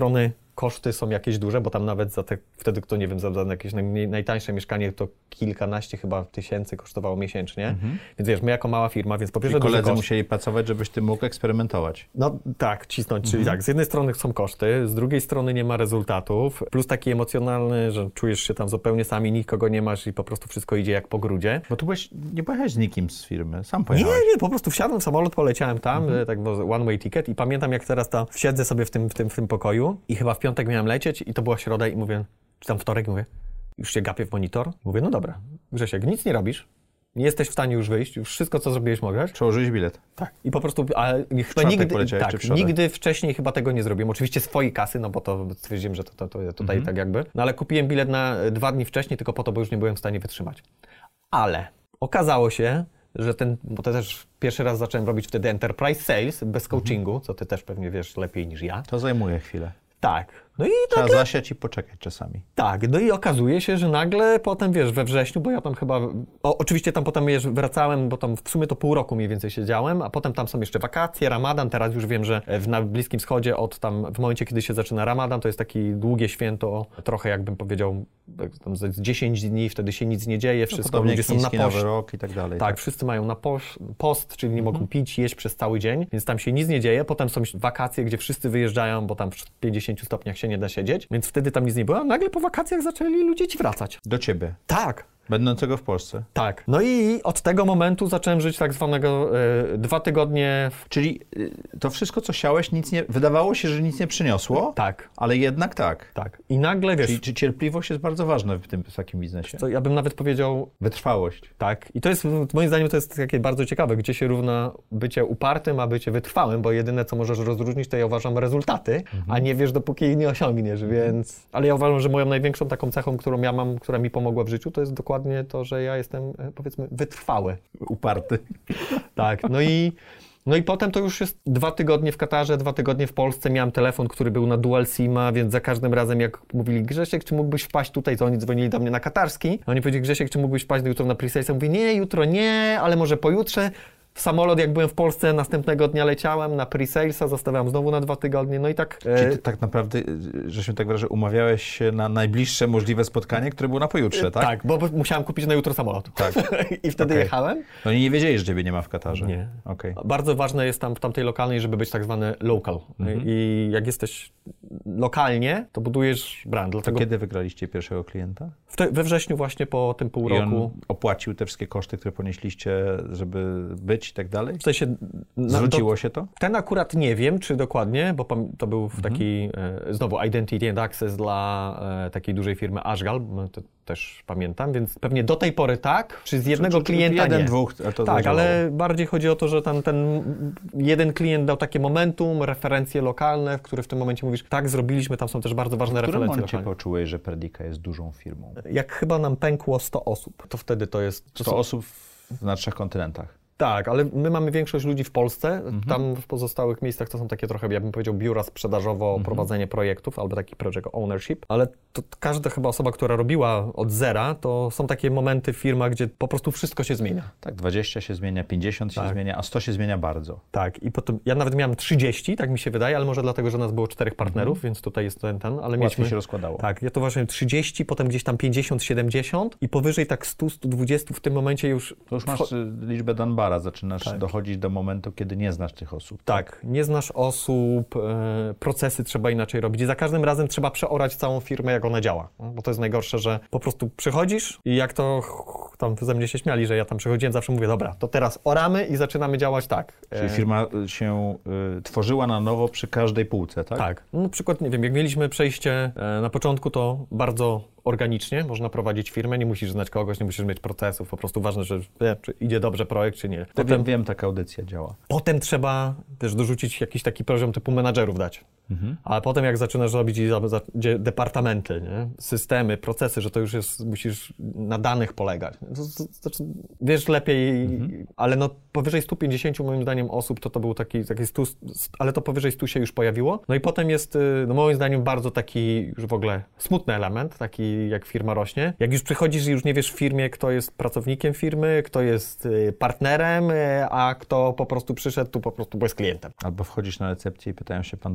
koszty są jakieś duże, bo tam nawet za te, wtedy kto nie wiem, za, za jakieś naj, najtańsze mieszkanie to kilkanaście chyba tysięcy kosztowało miesięcznie. Mhm. Więc wiesz, my jako mała firma, więc po pierwsze Czyli koledzy musieli pracować, żebyś ty mógł eksperymentować. No tak, cisnąć, mhm. czyli tak, z jednej strony są koszty, z drugiej strony nie ma rezultatów, plus taki emocjonalny, że czujesz się tam zupełnie sami, nikogo nie masz i po prostu wszystko idzie jak po grudzie. Bo tu byłeś, nie pojechałeś z nikim z firmy, sam pojechałeś. Nie, nie, po prostu wsiadłem w samolot, poleciałem tam, mhm. tak one way ticket i pamiętam jak teraz tam siedzę sobie w tym, w tym, w tym pokoju i chyba w piątek miałem lecieć i to była środa i mówię, czy tam wtorek, mówię, już się gapię w monitor, mówię, no dobra, Grzesiek, nic nie robisz, nie jesteś w stanie już wyjść, już wszystko co zrobiłeś mogłeś. Przełożyłeś bilet. Tak. I po prostu, ale chyba nigdy, tak, nigdy wcześniej chyba tego nie zrobiłem. Oczywiście swojej kasy, no bo to stwierdziłem, że to, to, to tutaj mhm. tak jakby. No ale kupiłem bilet na dwa dni wcześniej, tylko po to, bo już nie byłem w stanie wytrzymać. Ale okazało się, że ten, bo to też pierwszy raz zacząłem robić wtedy enterprise sales bez coachingu, co ty też pewnie wiesz lepiej niż ja. To zajmuje chwilę. Tak. No i Trzeba nagle, zasiać i poczekać czasami. Tak, no i okazuje się, że nagle potem, wiesz, we wrześniu, bo ja tam chyba, o, oczywiście tam potem wiesz, wracałem, bo tam w sumie to pół roku mniej więcej siedziałem, a potem tam są jeszcze wakacje, Ramadan, teraz już wiem, że w, na Bliskim Wschodzie od tam, w momencie, kiedy się zaczyna Ramadan, to jest takie długie święto, trochę jakbym powiedział, tam z dziesięć dni, wtedy się nic nie dzieje, wszystko, no, ludzie są na post. Nowy rok i tak dalej. Tak, tak. wszyscy mają na post, post czyli nie mhm. mogą pić, jeść przez cały dzień, więc tam się nic nie dzieje, potem są wakacje, gdzie wszyscy wyjeżdżają, bo tam w pięćdziesięciu stopniach się nie da siedzieć, więc wtedy tam nic nie było, a nagle po wakacjach zaczęli ludzie ci wracać. Do ciebie? Tak. Będącego w Polsce? Tak. No i od tego momentu zacząłem żyć tak zwanego e, dwa tygodnie... W... Czyli e, to wszystko, co siałeś, nic nie, wydawało się, że nic nie przyniosło? Tak. Ale jednak tak? Tak. I nagle, wiesz... Czyli czy cierpliwość jest bardzo ważna w tym w takim biznesie? To ja bym nawet powiedział... Wytrwałość. Tak. I to jest, moim zdaniem, to jest takie bardzo ciekawe, gdzie się równa bycie upartym, a bycie wytrwałym, bo jedyne, co możesz rozróżnić, to ja uważam resultaty, mhm. a nie wiesz, dopóki ich nie osiągniesz, mhm. więc... Ale ja uważam, że moją największą taką cechą, którą ja mam, która mi pomogła w życiu, to jest dokładnie to, że ja jestem, powiedzmy, wytrwały. Uparty. Tak, no i, no i potem to już jest dwa tygodnie w Katarze, dwa tygodnie w Polsce. Miałem telefon, który był na dual sima, więc za każdym razem jak mówili, Grzesiek, czy mógłbyś wpaść tutaj, to oni dzwonili do mnie na katarski. A oni powiedzieli, Grzesiek, czy mógłbyś wpaść jutro na pre-sales? Mówię, nie, jutro nie, ale może pojutrze. W samolot, jak byłem w Polsce, następnego dnia leciałem na pre-salesa, zostawiam znowu na dwa tygodnie, no i tak... Czyli ty, tak naprawdę, że się tak wyrażę, umawiałeś się na najbliższe możliwe spotkanie, które było na pojutrze, tak? Tak, bo musiałem kupić na jutro samolot. Tak. I wtedy okay. jechałem. No i nie wiedzieli, że ciebie nie ma w Katarze. Nie. Okay. Bardzo ważne jest tam w tamtej lokalnej, żeby być tak zwany local. Mhm. I jak jesteś lokalnie, to budujesz brand. Dlatego... To kiedy wygraliście pierwszego klienta? W te, we wrześniu właśnie po tym pół I roku. On opłacił te wszystkie koszty, które ponieśliście, żeby być i tak dalej? W sensie, zwróciło się to? Ten akurat nie wiem, czy dokładnie, bo to był w taki, mhm. e, znowu Identity and Access dla e, takiej dużej firmy Ashgal, to też pamiętam, więc pewnie do tej pory tak, czy z jednego czy, czy, klienta jeden, nie. dwóch, ale to tak, ale bardziej chodzi o to, że ten, ten jeden klient dał takie momentum, referencje lokalne, w które w tym momencie mówisz, tak, zrobiliśmy, tam są też bardzo ważne w referencje lokalne. W którym momencie poczułeś, że Predica jest dużą firmą? Jak chyba nam pękło sto osób, to wtedy to jest... To sto są... osób na trzech kontynentach. Tak, ale my mamy większość ludzi w Polsce, mhm. tam w pozostałych miejscach to są takie trochę, ja bym powiedział, biura sprzedażowo, mhm. prowadzenie projektów, albo taki project ownership, ale to każda chyba osoba, która robiła od zera, to są takie momenty w firmach, gdzie po prostu wszystko się zmienia. Tak, dwadzieścia się zmienia, pięćdziesiąt tak. się zmienia, a sto się zmienia bardzo. Tak, i potem, ja nawet miałem trzydzieści, tak mi się wydaje, ale może dlatego, że nas było czterech partnerów, mhm. więc tutaj jest ten, ten, ale łatwiej mieliśmy... się rozkładało. Tak, ja to właśnie trzydzieści, potem gdzieś tam pięćdziesiąt, siedemdziesiąt i powyżej tak sto, sto dwadzieścia w tym momencie już... To już masz liczbę Dunbara, zaczynasz tak. dochodzić do momentu, kiedy nie znasz tych osób. Tak, tak. nie znasz osób, e, procesy trzeba inaczej robić i za każdym razem trzeba przeorać całą firmę, jak ona działa. Bo to jest najgorsze, że po prostu przychodzisz i jak to tam ze mnie się śmiali, że ja tam przychodziłem, zawsze mówię, dobra, to teraz oramy i zaczynamy działać tak. Czyli firma się y, tworzyła na nowo przy każdej półce, tak? Tak. No, na przykład, nie wiem, jak mieliśmy przejście e, na początku, to bardzo organicznie można prowadzić firmę, nie musisz znać kogoś, nie musisz mieć procesów, po prostu ważne, że wie, czy idzie dobrze projekt, czy nie. Potem wiem, wiem, taka audycja działa. Potem trzeba też dorzucić jakiś taki poziom typu menadżerów dać. Mhm. Ale potem jak zaczynasz robić i za, za, departamenty, nie? Systemy, procesy, że to już jest, musisz na danych polegać. To, to, to, wiesz lepiej, mhm. ale no powyżej stu pięćdziesięciu moim zdaniem osób to to był taki, taki stu, ale to powyżej stu się już pojawiło. No i potem jest, no moim zdaniem bardzo taki już w ogóle smutny element, taki jak firma rośnie. Jak już przychodzisz i już nie wiesz w firmie, kto jest pracownikiem firmy, kto jest partnerem, a kto po prostu przyszedł tu po prostu, bo jest klientem. Albo wchodzisz na recepcję i pytają się pan do kogo, tak?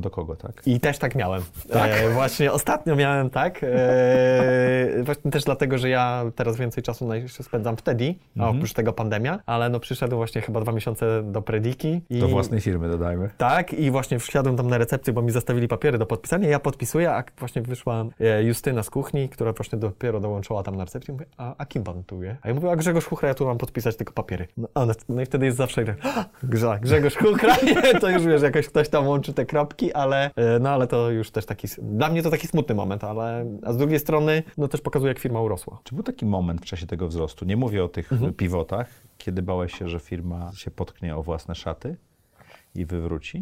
tak? I też tak miałem. Tak? E, właśnie ostatnio miałem tak. E, właśnie też dlatego, że ja teraz więcej czasu spędzam w Teddy, a Mhm. oprócz tego pandemia, ale no przyszedłem właśnie chyba dwa miesiące do Prediki. I, Do własnej firmy dodajmy. Tak, i właśnie wsiadłem tam na recepcję, bo mi zostawili papiery do podpisania, ja podpisuję, a właśnie wyszła e, Justyna z kuchni, która właśnie dopiero dołączyła tam na recepcję. Mówię, a, a kim pan tu je? A ja mówię, a Grzegorz Chuchra, ja tu mam podpisać tylko papiery. No, a, no, no i wtedy jest zawsze Grze, Grzegorz Chuchra, to już wiesz, jakoś ktoś tam łączy te kropki, ale e, no ale to już też taki, dla mnie to taki smutny moment, ale a z drugiej strony no też pokazuje, jak firma urosła. Czy był taki moment w czasie tego wzrostu, nie mówię o tych Mhm. pivotach, kiedy bałeś się, że firma się potknie o własne szaty i wywróci?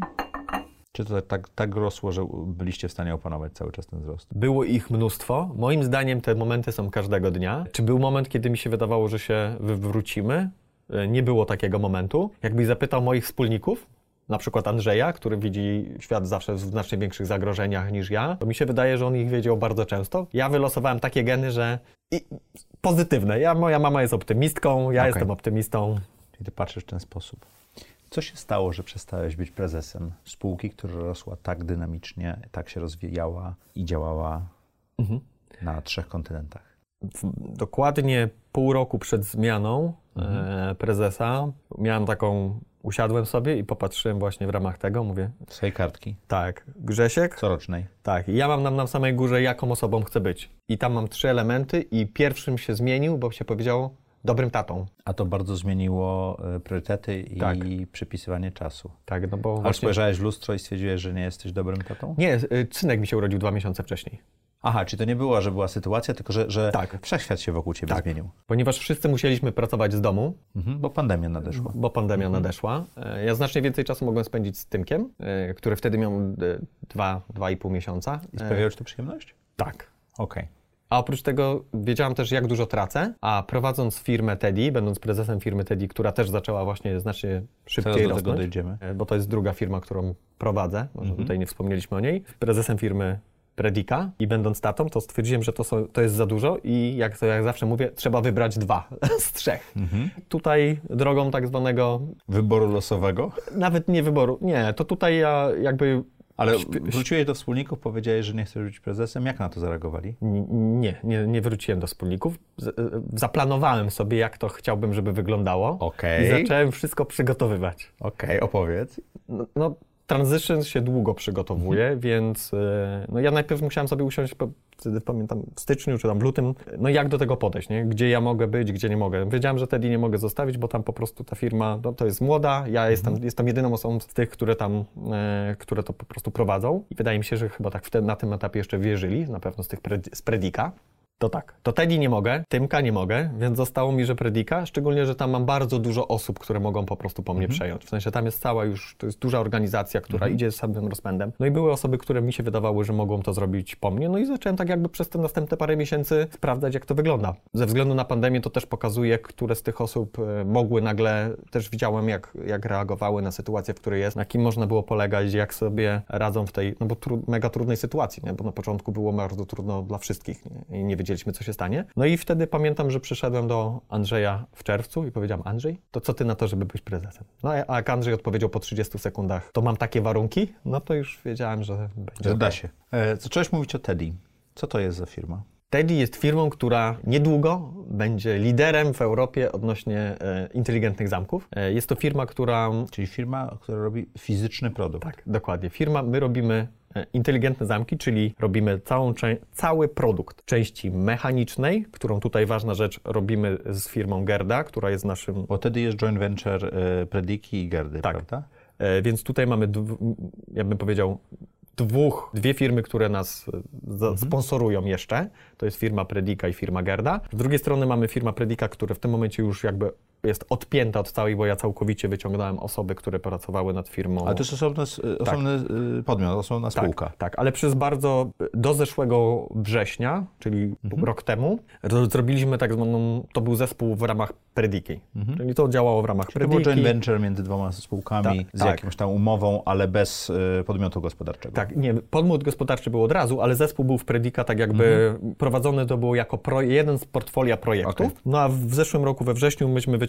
Czy to tak, tak rosło, że byliście w stanie opanować cały czas ten wzrost? Było ich mnóstwo. Moim zdaniem te momenty są każdego dnia. Czy był moment, kiedy mi się wydawało, że się wywrócimy? Nie było takiego momentu. Jakbyś zapytał moich wspólników, na przykład Andrzeja, który widzi świat zawsze w znacznie większych zagrożeniach niż ja, to mi się wydaje, że on ich wiedział bardzo często. Ja wylosowałem takie geny, że i pozytywne. Ja, moja mama jest optymistką, ja Okay. jestem optymistą. Czyli ty patrzysz w ten sposób. Co się stało, że przestałeś być prezesem spółki, która rosła tak dynamicznie, tak się rozwijała i działała Mhm. na trzech kontynentach? W- Dokładnie pół roku przed zmianą Mhm. e, prezesa miałem taką, usiadłem sobie i popatrzyłem właśnie w ramach tego, mówię, Swojej kartki tak, Grzesiek, corocznej. tak, i ja mam nam na samej górze, jaką osobą chcę być. I tam mam trzy elementy i pierwszym się zmienił, bo się powiedziało, dobrym tatą. A to bardzo zmieniło y, priorytety i Tak. przypisywanie czasu. Tak, no bo Ale właśnie... spojrzałeś w lustro i stwierdziłeś, że nie jesteś dobrym tatą? Nie, y, synek mi się urodził dwa miesiące wcześniej. Aha, czyli to nie było, że była sytuacja, tylko że, że Tak. wszechświat się wokół ciebie Tak. zmienił. Ponieważ wszyscy musieliśmy pracować z domu, Mhm, bo pandemia nadeszła. bo pandemia nadeszła. E, Ja znacznie więcej czasu mogłem spędzić z Tymkiem, e, który wtedy miał e, dwa, dwa i pół miesiąca. I E, sprawiało ci to przyjemność? Tak. Okej. A oprócz tego wiedziałam też, jak dużo tracę, a prowadząc firmę Teddy, będąc prezesem firmy Teddy, która też zaczęła właśnie znacznie szybciej Zaraz do tego rosnąć, dojdziemy. e, bo to jest druga firma, którą prowadzę, może Mhm. tutaj nie wspomnieliśmy o niej, prezesem firmy Predika i będąc tatą, to stwierdziłem, że to, są, to jest za dużo i jak to jak zawsze mówię, trzeba wybrać dwa z trzech. Mhm. Tutaj drogą tak zwanego, Wyboru losowego? nawet nie wyboru, nie, to tutaj ja jakby Ale Śpi- wróciłeś do wspólników, powiedziałeś, że nie chcesz być prezesem. Jak na to zareagowali? N- Nie, nie, nie wróciłem do wspólników. Z- e, Zaplanowałem sobie, jak to chciałbym, żeby wyglądało. Okej. I zacząłem wszystko przygotowywać. Okej, opowiedz. No, no transition się długo przygotowuje, więc e, no ja najpierw musiałem sobie usiąść, po, wtedy pamiętam, w styczniu czy tam w lutym, no jak do tego podejść, nie? Gdzie ja mogę być, gdzie nie mogę. Wiedziałem, że Teddy nie mogę zostawić, bo tam po prostu ta firma, no, to jest młoda, ja jestem, jestem jedyną osobą z tych, które tam, e, które to po prostu prowadzą i wydaje mi się, że chyba tak wtedy, na tym etapie jeszcze wierzyli, na pewno z tych pred, z Predika. To tak, to Teddy nie mogę, Tymka nie mogę, więc zostało mi, że Predika, szczególnie, że tam mam bardzo dużo osób, które mogą po prostu po mnie przejąć. W sensie tam jest cała już, to jest duża organizacja, która idzie z samym rozpędem. No i były osoby, które mi się wydawały, że mogą to zrobić po mnie, no i zacząłem tak jakby przez te następne parę miesięcy sprawdzać, jak to wygląda. Ze względu na pandemię to też pokazuje, które z tych osób e, mogły nagle, też widziałem, jak, jak reagowały na sytuację, w której jest, na kim można było polegać, jak sobie radzą w tej, no bo tru, mega trudnej sytuacji, nie? Bo na początku było bardzo trudno dla wszystkich, nie? I nie wiedzieliśmy, co się stanie. No i wtedy pamiętam, że przyszedłem do Andrzeja w czerwcu i powiedziałem, Andrzej, to co ty na to, żeby być prezesem? No a jak Andrzej odpowiedział po trzydziestu sekundach, to mam takie warunki, no to już wiedziałem, że będzie Że da okej. się. E, zacząłeś mówić o Teddy. Co to jest za firma? Teddy jest firmą, która niedługo będzie liderem w Europie odnośnie e, inteligentnych zamków. E, jest to firma, która... Czyli firma, która robi fizyczny produkt. Tak, dokładnie. Firma, my robimy e, inteligentne zamki, czyli robimy całą, cze- cały produkt części mechanicznej, którą tutaj ważna rzecz robimy z firmą Gerda, która jest naszym... Bo Teddy jest joint venture e, Prediki i Gerdy, Tak. prawda? E, więc tutaj mamy, dw- ja bym powiedział, dwóch, dwie firmy, które nas e, za, sponsorują jeszcze. To jest firma Predika i firma Gerda. Z drugiej strony mamy firma Predika, która w tym momencie już jakby jest odpięta od całej, bo ja całkowicie wyciągnąłem osoby, które pracowały nad firmą. Ale to jest osobny, s- osobny y, podmiot, osobna spółka. Tak, tak, ale przez bardzo do zeszłego września, czyli rok temu, ro- zrobiliśmy tak zwaną, to był zespół w ramach Prediki. Czyli to działało w ramach To było Prediki. joint venture między dwoma spółkami Tak, z tak. jakąś tam umową, ale bez y, podmiotu gospodarczego. Tak, nie, podmiot gospodarczy był od razu, ale zespół był w Predika tak jakby prowadzony to było jako pro, jeden z portfolia projektów. Okej. No a w zeszłym roku we wrześniu myśmy wyciągnęli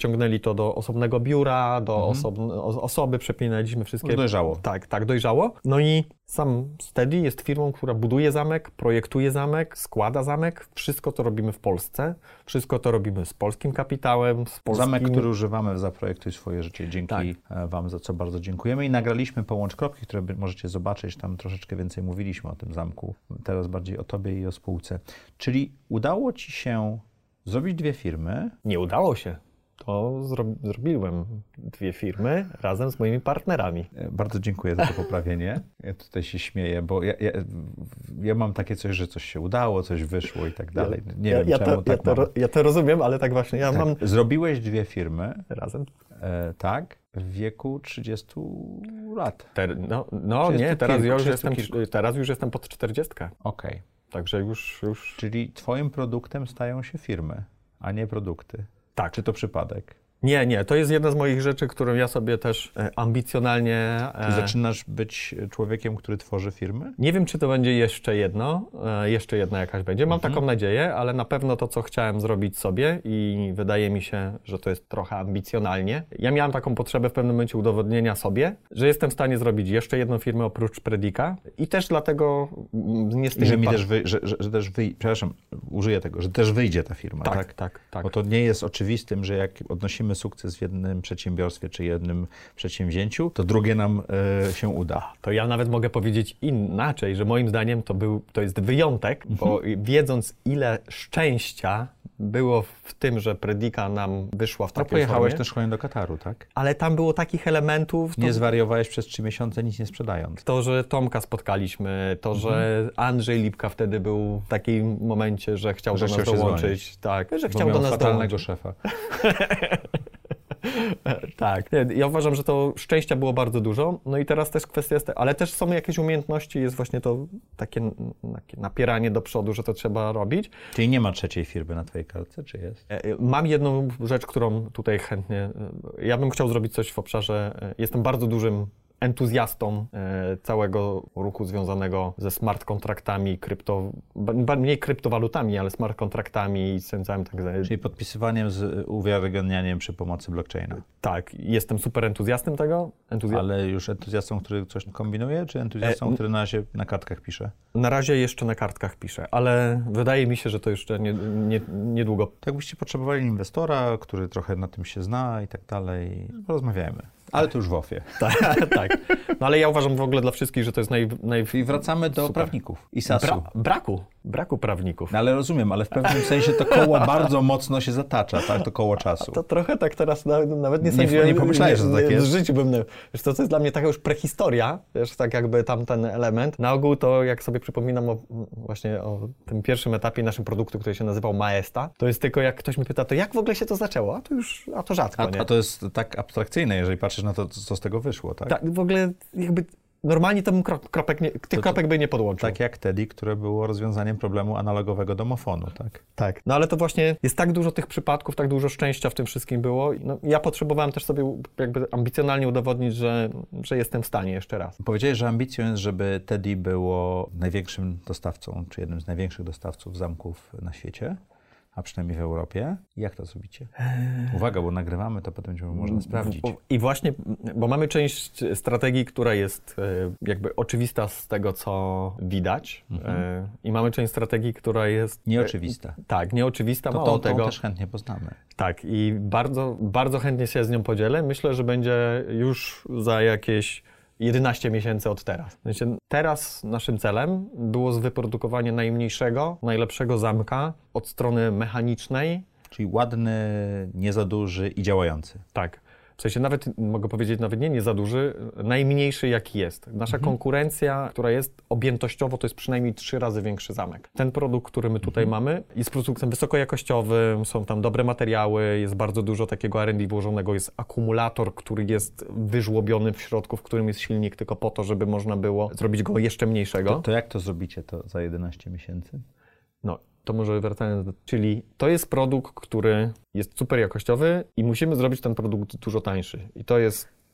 ściągnęli to do osobnego biura, do mhm. osobn- o- osoby, przepinaliśmy wszystkie. Już dojrzało. Tak, tak, dojrzało. No i sam Steady jest firmą, która buduje zamek, projektuje zamek, składa zamek. Wszystko to robimy w Polsce. Wszystko to robimy z polskim kapitałem, z polskim... Zamek, który używamy w Zaprojektuj swoje życie. Dzięki tak. Wam, za co bardzo dziękujemy. I nagraliśmy Połącz Kropki, które możecie zobaczyć. Tam troszeczkę więcej mówiliśmy o tym zamku. Teraz bardziej o Tobie i o spółce. Czyli udało Ci się zrobić dwie firmy? Nie udało się. To zro- zrobiłem dwie firmy razem z moimi partnerami. Bardzo dziękuję za to poprawienie. Ja tutaj się śmieję, bo ja, ja, ja mam takie coś, że coś się udało, coś wyszło i tak dalej. Nie ja, wiem ja czemu to, tak ja, mam. to, ja to rozumiem, ale tak właśnie ja tak. mam... Zrobiłeś dwie firmy. Razem? E, tak, w wieku trzydziestu lat. Ter, no no nie, teraz kilku, ja już jestem, kilku. teraz już jestem pod czterdziestkę. Okej. Okay. Także już, już... Czyli twoim produktem stają się firmy, a nie produkty. Tak. Czy to przypadek? Nie, nie, to jest jedna z moich rzeczy, którą ja sobie też e, ambicjonalnie... E, Czy zaczynasz być człowiekiem, który tworzy firmy? Nie wiem, czy to będzie jeszcze jedno, e, jeszcze jedna jakaś będzie. Mam mhm. taką nadzieję, ale na pewno to, co chciałem zrobić sobie i wydaje mi się, że to jest trochę ambicjonalnie. Ja miałem taką potrzebę w pewnym momencie udowodnienia sobie, że jestem w stanie zrobić jeszcze jedną firmę oprócz Predika i też dlatego nie z tymi... I że mi też, wy, że, że, że też wyjdzie, przepraszam, użyję tego, że też wyjdzie ta firma, tak? Tak, tak, tak. Bo to nie jest oczywistym, że jak odnosimy sukces w jednym przedsiębiorstwie czy jednym przedsięwzięciu, to drugie nam y, się uda. To ja nawet mogę powiedzieć inaczej, że moim zdaniem to, był, to jest wyjątek, mhm. bo wiedząc ile szczęścia było w tym, że Predika nam wyszła w takiej formie. No pojechałeś formie, też szkolenie do Kataru, tak? ale tam było takich elementów... To, nie zwariowałeś przez trzy miesiące, nic nie sprzedając. To, że Tomka spotkaliśmy, to, mhm. że Andrzej Lipka wtedy był w takim momencie, że chciał że do nas dołączyć. Tak, że bo chciał do nas fatalnego dołączyć. szefa. Tak. Ja uważam, że to szczęścia było bardzo dużo. No i teraz też kwestia jest, ale też są jakieś umiejętności, jest właśnie to takie, takie napieranie do przodu, że to trzeba robić. Czyli nie ma trzeciej firmy na twojej kartce, czy jest? Mam jedną rzecz, którą tutaj chętnie, ja bym chciał zrobić coś w obszarze, jestem bardzo dużym entuzjastą e, całego ruchu związanego ze smart kontraktami, krypto, mniej kryptowalutami, ale smart kontraktami i z całym tak dalej. Czyli podpisywaniem z uwiarygodnianiem przy pomocy blockchaina. Tak, jestem super entuzjastą tego. Entuzja... Ale już entuzjastą, który coś kombinuje, czy entuzjastą, e, który na razie na kartkach pisze? Na razie jeszcze na kartkach pisze, ale wydaje mi się, że to jeszcze nie, nie, niedługo. Tak byście potrzebowali inwestora, który trochę na tym się zna i tak dalej. Porozmawiajmy. Ale to już w ofie. Tak, tak. No ale ja uważam w ogóle dla wszystkich, że to jest naj... naj... I wracamy do Super. prawników i sasu. Bra- braku, braku prawników. No ale rozumiem, ale w pewnym sensie to koło bardzo mocno się zatacza, tak? To koło czasu. A to trochę tak teraz nawet nie sądziłem. Nie, nie pomyślałeś, że tak jest? W życiu bym... Wiesz, to, to jest dla mnie taka już prehistoria, wiesz, tak jakby tam ten element. Na ogół to, jak sobie przypominam o, właśnie o tym pierwszym etapie naszym produktu, który się nazywał Maesta, to jest tylko jak ktoś mi pyta, to jak w ogóle się to zaczęło? A to już, a to rzadko, a, nie? A to jest tak abstrakcyjne, jeżeli patrzysz na to, co z tego wyszło, tak? Tak, w ogóle jakby normalnie to bym kropek nie, tych to, to, kropek by nie podłączył. Tak jak Teddy, które było rozwiązaniem problemu analogowego domofonu, tak? Tak. No ale to właśnie jest tak dużo tych przypadków, tak dużo szczęścia w tym wszystkim było. No, ja potrzebowałem też sobie jakby ambicjonalnie udowodnić, że, że jestem w stanie jeszcze raz. Powiedziałeś, że ambicją jest, żeby Teddy było największym dostawcą, czy jednym z największych dostawców zamków na świecie. A przynajmniej w Europie. Jak to zrobicie? Uwaga, bo nagrywamy, to potem będziemy można sprawdzić. I właśnie, bo mamy część strategii, która jest jakby oczywista z tego, co widać. Mhm. I mamy część strategii, która jest... Nieoczywista. Tak, nieoczywista. To mało tą, tego. tą też chętnie poznamy. Tak, i bardzo, bardzo chętnie się z nią podzielę. Myślę, że będzie już za jakieś jedenaście miesięcy od teraz. W sensie teraz naszym celem było wyprodukowanie najmniejszego, najlepszego zamka od strony mechanicznej. Czyli ładny, nie za duży i działający. Tak. W sensie nawet, mogę powiedzieć, nawet nie nie za duży, najmniejszy jaki jest. Nasza mhm. konkurencja, która jest objętościowo, to jest przynajmniej trzy razy większy zamek. Ten produkt, który my tutaj mhm. mamy, jest produktem wysokojakościowym, są tam dobre materiały, jest bardzo dużo takiego R and D włożonego, jest akumulator, który jest wyżłobiony w środku, w którym jest silnik, tylko po to, żeby można było zrobić go jeszcze mniejszego. To, to jak to zrobicie to za jedenaście miesięcy? No. To może wracając do... Czyli to jest produkt, który jest super jakościowy i musimy zrobić ten produkt dużo tańszy. I to jest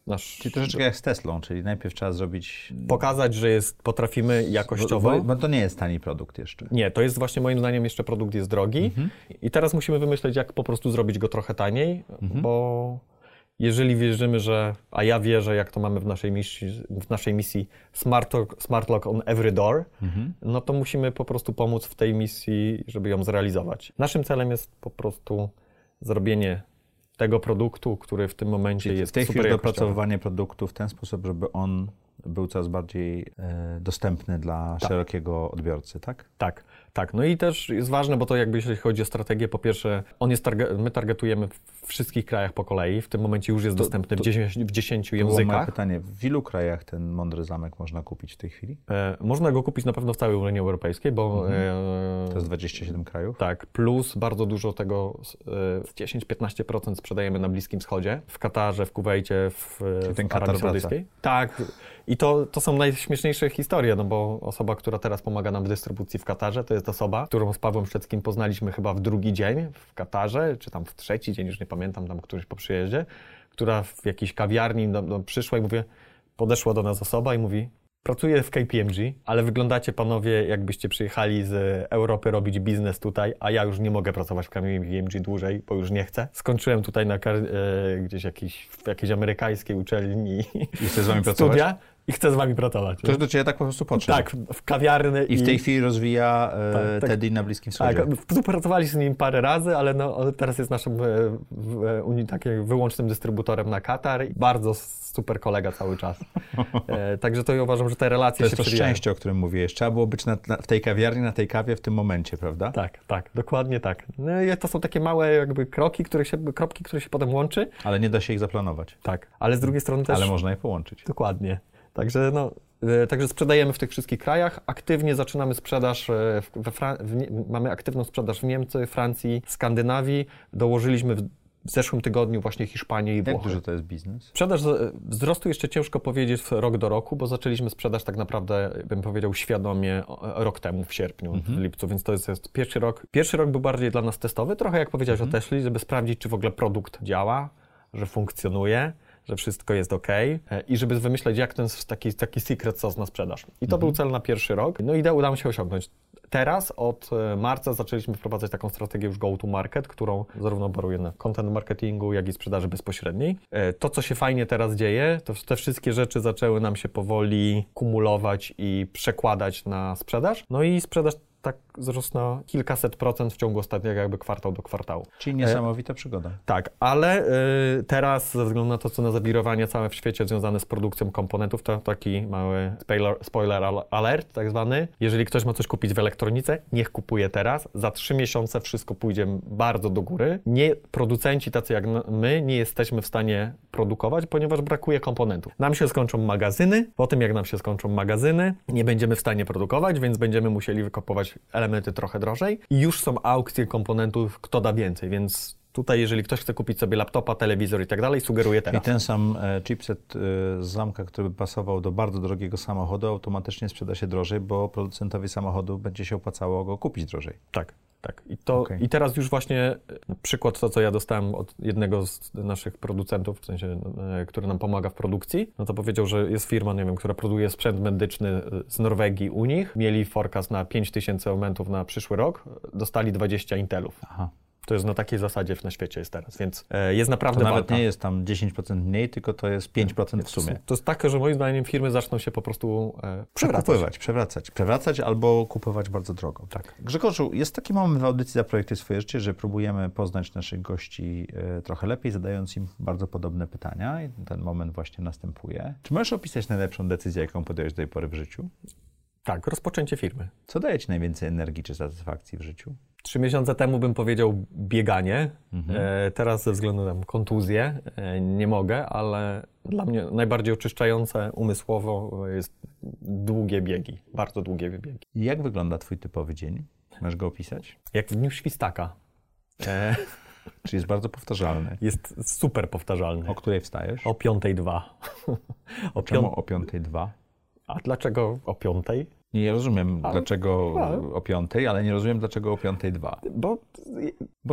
nasz... Czyli troszeczkę jak z Teslą, czyli najpierw trzeba zrobić... Pokazać, że jest, potrafimy jakościowo... Bo, bo, bo to nie jest tani produkt jeszcze. Nie, to jest właśnie moim zdaniem jeszcze produkt jest drogi mhm. i teraz musimy wymyśleć, jak po prostu zrobić go trochę taniej, mhm. bo jeżeli wierzymy, że, a ja wierzę, jak to mamy w naszej misji, w naszej misji Smart Lock, Smart Lock on Every Door, mhm. no to musimy po prostu pomóc w tej misji, żeby ją zrealizować. Naszym celem jest po prostu zrobienie tego produktu, który w tym momencie Czyli jest w tej super chwili jakościowy. dopracowywanie produktu w ten sposób, żeby on był coraz bardziej e, dostępny dla tak. szerokiego odbiorcy, tak? Tak, tak. No i też jest ważne, bo to jakby jeśli chodzi o strategię, po pierwsze, on jest targe- my targetujemy w wszystkich krajach po kolei, w tym momencie już jest to, dostępny to, w, dziesięciu, w dziesięciu językach. To było moje pytanie, w ilu krajach ten mądry zamek można kupić w tej chwili? E, można go kupić na pewno w całej Unii Europejskiej, bo... Mhm. E, to jest dwadzieścia siedem krajów? Tak, plus bardzo dużo tego, e, dziesięć do piętnastu procent sprzedajemy na Bliskim Wschodzie, w Katarze, w Kuwejcie, w, w Arabii Saudyjskiej. Tak. I to, to są najśmieszniejsze historie, no bo osoba, która teraz pomaga nam w dystrybucji w Katarze, to jest osoba, którą z Pawłem Szczeckim poznaliśmy chyba w drugi dzień w Katarze, czy tam w trzeci dzień, już nie pamiętam, tam któryś po przyjeździe, która w jakiejś kawiarni no, no, przyszła i mówię, podeszła do nas osoba i mówi, pracuję w K P M G, ale wyglądacie panowie, jakbyście przyjechali z Europy robić biznes tutaj, a ja już nie mogę pracować w K P M G dłużej, bo już nie chcę. Skończyłem tutaj na kar- e, gdzieś jakiś, w jakiejś amerykańskiej uczelni i chcę z wami studia pracować? I chcę z wami pracować. Ktoś do ciebie tak po prostu podszedł? Tak, w kawiarny. I w tej i... chwili rozwija e, tak, tak. Teddy na Bliskim Wschodzie? Tak, współpracowaliśmy z nim parę razy, ale no, teraz jest naszym e, w, Unii takim wyłącznym dystrybutorem na Katar i bardzo super kolega cały czas. E, także to ja uważam, że te relacje to się To jest to szczęście, o którym mówiłeś. Trzeba było być na, na, w tej kawiarni, na tej kawie w tym momencie, prawda? Tak, tak, dokładnie tak. No i to są takie małe jakby kroki, które się, kropki, które się potem łączy. Ale nie da się ich zaplanować. Tak, ale z drugiej strony też... Ale można je połączyć. Dokładnie. Także, no, e, także sprzedajemy w tych wszystkich krajach. Aktywnie zaczynamy sprzedaż, w, we Fran- w, mamy aktywną sprzedaż w Niemcy, Francji, Skandynawii. Dołożyliśmy w, w zeszłym tygodniu właśnie Hiszpanię i Włochy. Jak duży to jest biznes? Sprzedaż wzrostu jeszcze ciężko powiedzieć rok do roku, bo zaczęliśmy sprzedaż tak naprawdę, bym powiedział, świadomie rok temu, w sierpniu, mhm. w lipcu, więc to jest, jest pierwszy rok. Pierwszy rok był bardziej dla nas testowy, trochę jak powiedziałeś mhm. o Tesli, żeby sprawdzić, czy w ogóle produkt działa, że funkcjonuje, że wszystko jest ok i żeby wymyśleć, jak ten taki, taki secret sauce na sprzedaż. I to mhm. był cel na pierwszy rok. No i udało się osiągnąć. Teraz od marca zaczęliśmy wprowadzać taką strategię już go to market, którą zarówno operuje na content marketingu, jak i sprzedaży bezpośredniej. To, co się fajnie teraz dzieje, to te wszystkie rzeczy zaczęły nam się powoli kumulować i przekładać na sprzedaż. No i sprzedaż tak wzrosła kilkaset procent w ciągu ostatniego jakby kwartał do kwartału. Czyli niesamowita e, przygoda. Tak, ale y, teraz ze względu na to, co na zawirowanie całe w świecie związane z produkcją komponentów, to taki mały spoiler, spoiler alert tak zwany. Jeżeli ktoś ma coś kupić w elektronice, niech kupuje teraz. Za trzy miesiące wszystko pójdzie bardzo do góry. Nie, producenci tacy jak my nie jesteśmy w stanie produkować, ponieważ brakuje komponentów. Nam się skończą magazyny, po tym jak nam się skończą magazyny, nie będziemy w stanie produkować, więc będziemy musieli wykupować elementy trochę drożej i już są aukcje komponentów, kto da więcej, więc tutaj jeżeli ktoś chce kupić sobie laptopa, telewizor i tak dalej, sugeruję teraz. I ten sam e, chipset e, z zamka, który by pasował do bardzo drogiego samochodu, automatycznie sprzeda się drożej, bo producentowi samochodu będzie się opłacało go kupić drożej. Tak. Tak. I, to, okay. I teraz już właśnie przykład to, co ja dostałem od jednego z naszych producentów, w sensie, który nam pomaga w produkcji, no to powiedział, że jest firma, nie wiem, która produkuje sprzęt medyczny z Norwegii u nich, mieli forecast na pięć tysięcy elementów na przyszły rok, dostali dwadzieścia Intelów. Aha. To jest na takiej zasadzie na świecie jest teraz, więc jest naprawdę To nawet walka. nie jest tam dziesięć procent mniej, tylko to jest pięć procent w sumie. To jest takie, że moim zdaniem firmy zaczną się po prostu e, przewracać. Przekupować, przewracać. Przewracać albo kupować bardzo drogo. Tak. Grzegorzu, jest taki moment w audycji Zaprojektuj swoje życie, że próbujemy poznać naszych gości e, trochę lepiej, zadając im bardzo podobne pytania i ten moment właśnie następuje. Czy możesz opisać najlepszą decyzję, jaką podjąłeś do tej pory w życiu? Tak, rozpoczęcie firmy. Co daje ci najwięcej energii czy satysfakcji w życiu? Trzy miesiące temu bym powiedział bieganie. Mhm. E, teraz ze względu na kontuzję e, nie mogę, ale dla mnie najbardziej oczyszczające umysłowo jest długie biegi, bardzo długie biegi. Jak wygląda twój typowy dzień? Możesz go opisać? Jak w dniu świstaka. E, Czyli jest bardzo powtarzalny. Jest super powtarzalny. O której wstajesz? O piątej dwa. O Czemu pią... o piątej dwa? A dlaczego o piątej? Nie, ja rozumiem, A, dlaczego a. o piątej, ale nie rozumiem, dlaczego o piątej dwa. Bo... Bo tak.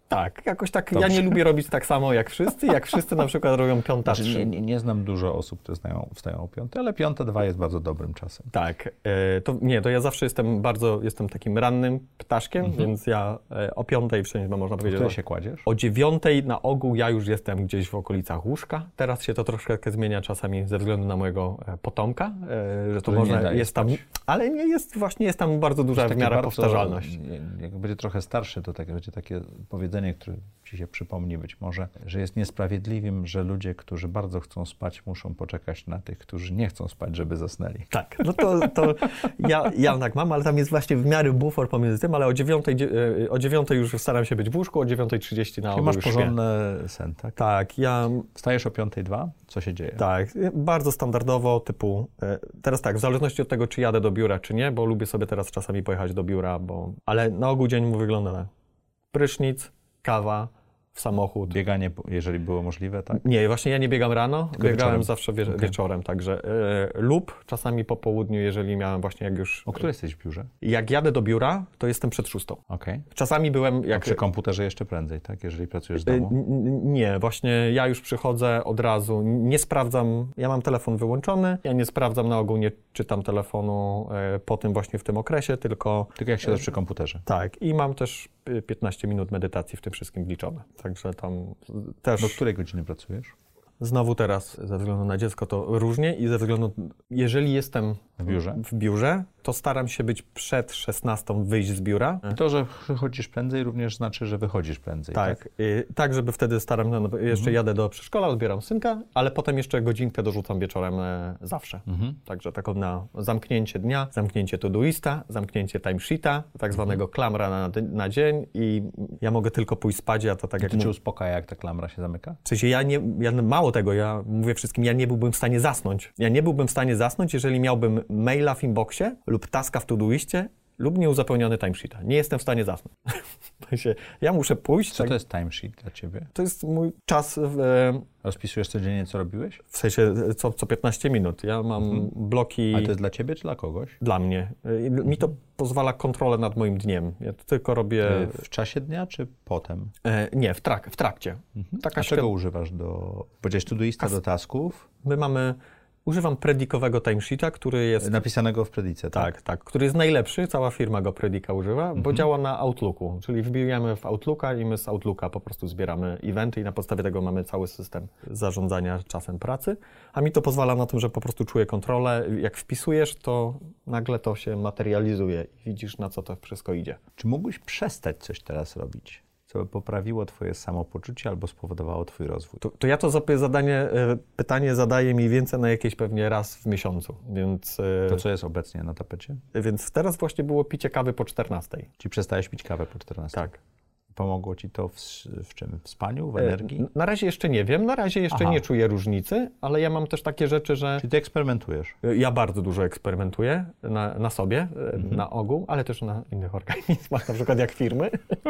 Tak, jakoś tak, Dobrze. ja nie lubię robić tak samo jak wszyscy, jak wszyscy na przykład robią piąta Znaczy, trzy. nie, nie, nie znam dużo osób, które wstają, wstają o piątej, ale piąta dwa jest bardzo dobrym czasem. Tak, e, to nie, to ja zawsze jestem bardzo, jestem takim rannym ptaszkiem, Mhm. więc ja e, o piątej wszędzie można powiedzieć. Które że się kładziesz? O dziewiątej na ogół ja już jestem gdzieś w okolicach łóżka. Teraz się to troszkę zmienia czasami ze względu na mojego e, potomka, e, że to Który nie można, daje jest tam, spać. ale nie jest, właśnie jest tam bardzo duża w Takie miarę bardzo- powtarzalność. Jak będzie trochę starszy, to takie, będzie takie powiedzenie, które ci się przypomni być może, że jest niesprawiedliwym, że ludzie, którzy bardzo chcą spać, muszą poczekać na tych, którzy nie chcą spać, żeby zasnęli. Tak, no to, to ja, ja tak mam, ale tam jest właśnie w miarę bufor pomiędzy tym, ale o dziewiątej, dzie- o dziewiątej już staram się być w łóżku, o dziewiątej trzydzieści na Czyli ogół masz już śpię. porządny sen, tak? Tak, ja Wstajesz o piątej dwa? Co się dzieje? tak, bardzo standardowo typu, e, teraz tak, w zależności od tego, czy jadę do biura, czy nie, bo lubię sobie teraz czasami pojechać do biura, bo, ale na ogół dzień mu wygląda tak. Prysznic, kawa, w samochód. Bieganie, jeżeli było możliwe, tak? Nie, właśnie ja nie biegam rano, Tylko biegałem wieczorem. zawsze wie, Okej. wieczorem, także e, lub czasami po południu, jeżeli miałem właśnie jak już... O której jesteś w biurze? Jak jadę do biura, to jestem przed szóstą. Okej. Czasami byłem A jak... przy komputerze jeszcze prędzej, tak? Jeżeli pracujesz z Y, domu? n- n- Nie, właśnie ja już przychodzę od razu, nie sprawdzam, ja mam telefon wyłączony, ja nie sprawdzam na ogół, nie czytam telefonu e, po tym właśnie w tym okresie, tylko Tylko jak siadasz przy komputerze. tak i mam też y, piętnaście minut medytacji w tym wszystkim wliczone, także tam też Do której godziny pracujesz? znowu teraz ze względu na dziecko to różnie i ze względu, jeżeli jestem W biurze? w biurze, to staram się być przed szesnastą wyjść z biura. To, że wychodzisz prędzej, również znaczy, że wychodzisz prędzej, tak? Tak, y, tak, żeby wtedy staram się, no, jeszcze jadę do przedszkola, odbieram synka, ale potem jeszcze godzinkę dorzucam wieczorem e, zawsze. Mhm. Także taką na zamknięcie dnia, zamknięcie todoista, zamknięcie timesheeta, tak zwanego klamra na, na dzień i ja mogę tylko pójść spać, a to tak jak To cię mówię. uspokaja, jak ta klamra się zamyka? W sensie ja nie, ja mało tego, ja mówię wszystkim, ja nie byłbym w stanie zasnąć. Ja nie byłbym w stanie zasnąć, jeżeli miałbym maila w inboxie lub taska w todoistie lub nieuzupełniony timesheeta. Nie jestem w stanie zasnąć. W sensie, ja muszę pójść. Co tak, to jest timesheet dla ciebie? to jest mój czas, e, Rozpisujesz codziennie, co robiłeś? w sensie co, co piętnaście minut. Ja mam bloki A to jest dla ciebie czy dla kogoś? dla mnie. E, Mi to pozwala kontrolę nad moim dniem. Ja to tylko robię... E, W czasie dnia czy potem? E, nie, w, trak, w trakcie. Taka A czego średnia- używasz do... Powiedziałeś Todoista do tasków, My mamy... Używam predikowego timesheeta, który jest... napisanego w predice, tak? Tak, tak, który jest najlepszy, cała firma go Predika używa, bo działa na Outlooku, czyli wbijamy w Outlooka i my z Outlooka po prostu zbieramy eventy i na podstawie tego mamy cały system zarządzania czasem pracy, a mi to pozwala na tym, że po prostu czuję kontrolę, jak wpisujesz, to nagle to się materializuje i widzisz, na co to wszystko idzie. Czy mógłbyś przestać coś teraz robić, co by poprawiło twoje samopoczucie albo spowodowało twój rozwój? To, to ja to sobie zadanie, e, pytanie zadaję mniej więcej na jakieś pewnie raz w miesiącu, więc, e, To, co jest obecnie na tapecie? więc teraz właśnie było picie kawy po czternastej. Czy przestałeś pić kawę po czternastej? Tak. Pomogło ci to w, w czym? W spaniu, w E, energii? n- Na razie jeszcze nie wiem, na razie jeszcze Aha. nie czuję różnicy, ale ja mam też takie rzeczy, że Czy ty eksperymentujesz? e, ja bardzo dużo eksperymentuję na, na sobie, e, Mhm. na ogół, ale też na innych organizmach, na przykład jak firmy.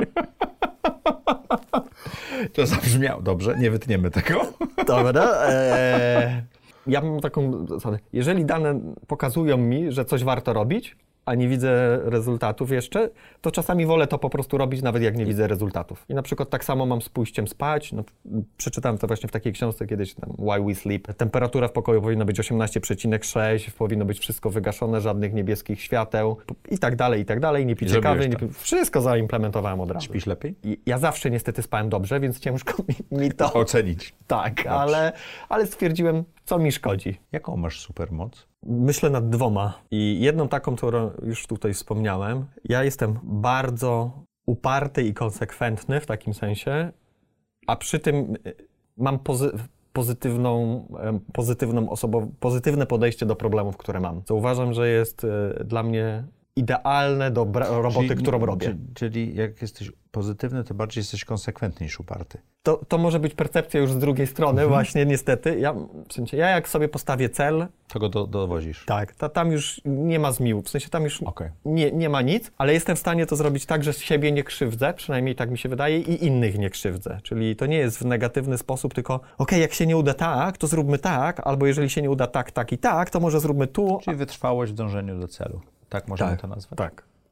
To zabrzmiało dobrze, nie wytniemy tego. Dobra. E, ja mam taką zasadę, jeżeli dane pokazują mi, że coś warto robić, a nie widzę rezultatów jeszcze, to czasami wolę to po prostu robić, nawet jak nie widzę rezultatów. I na przykład tak samo mam z pójściem spać. No, przeczytałem to właśnie w takiej książce kiedyś, tam Why We Sleep. Temperatura w pokoju powinna być osiemnaście przecinek sześć, powinno być wszystko wygaszone, żadnych niebieskich świateł i tak dalej, i tak dalej. Nie picie zrobiłeś kawy, nie, to. pi- wszystko zaimplementowałem od razu. Śpisz lepiej? I ja zawsze niestety spałem dobrze, więc ciężko mi, mi to... Ocenić. Tak, ale, ale stwierdziłem, co mi szkodzi. Jaką masz supermoc? Myślę nad dwoma i jedną taką, którą już tutaj wspomniałem. Ja jestem bardzo uparty i konsekwentny w takim sensie, a przy tym y, mam pozy pozytywną, em, pozytywną osobą, pozytywne podejście do problemów, które mam. Co uważam, że jest y, dla mnie idealne do bra- roboty, Czyli- którą robię. Czyli, czyli jak jesteś pozytywny, to bardziej jesteś konsekwentny niż uparty. To, to może być percepcja już z drugiej strony, właśnie niestety. Ja, w sensie, ja jak sobie postawię cel, To go do, dowozisz. tak, ta, tam już nie ma zmiłu, w sensie tam już Okej. nie, nie ma nic, ale jestem w stanie to zrobić tak, że siebie nie krzywdzę, przynajmniej tak mi się wydaje, i innych nie krzywdzę. Czyli to nie jest w negatywny sposób, tylko okej, jak się nie uda tak, to zróbmy tak, albo jeżeli się nie uda tak, tak i tak, to może zróbmy tu. Czyli wytrwałość w dążeniu do celu. Tak możemy Tak, to nazwać? Tak.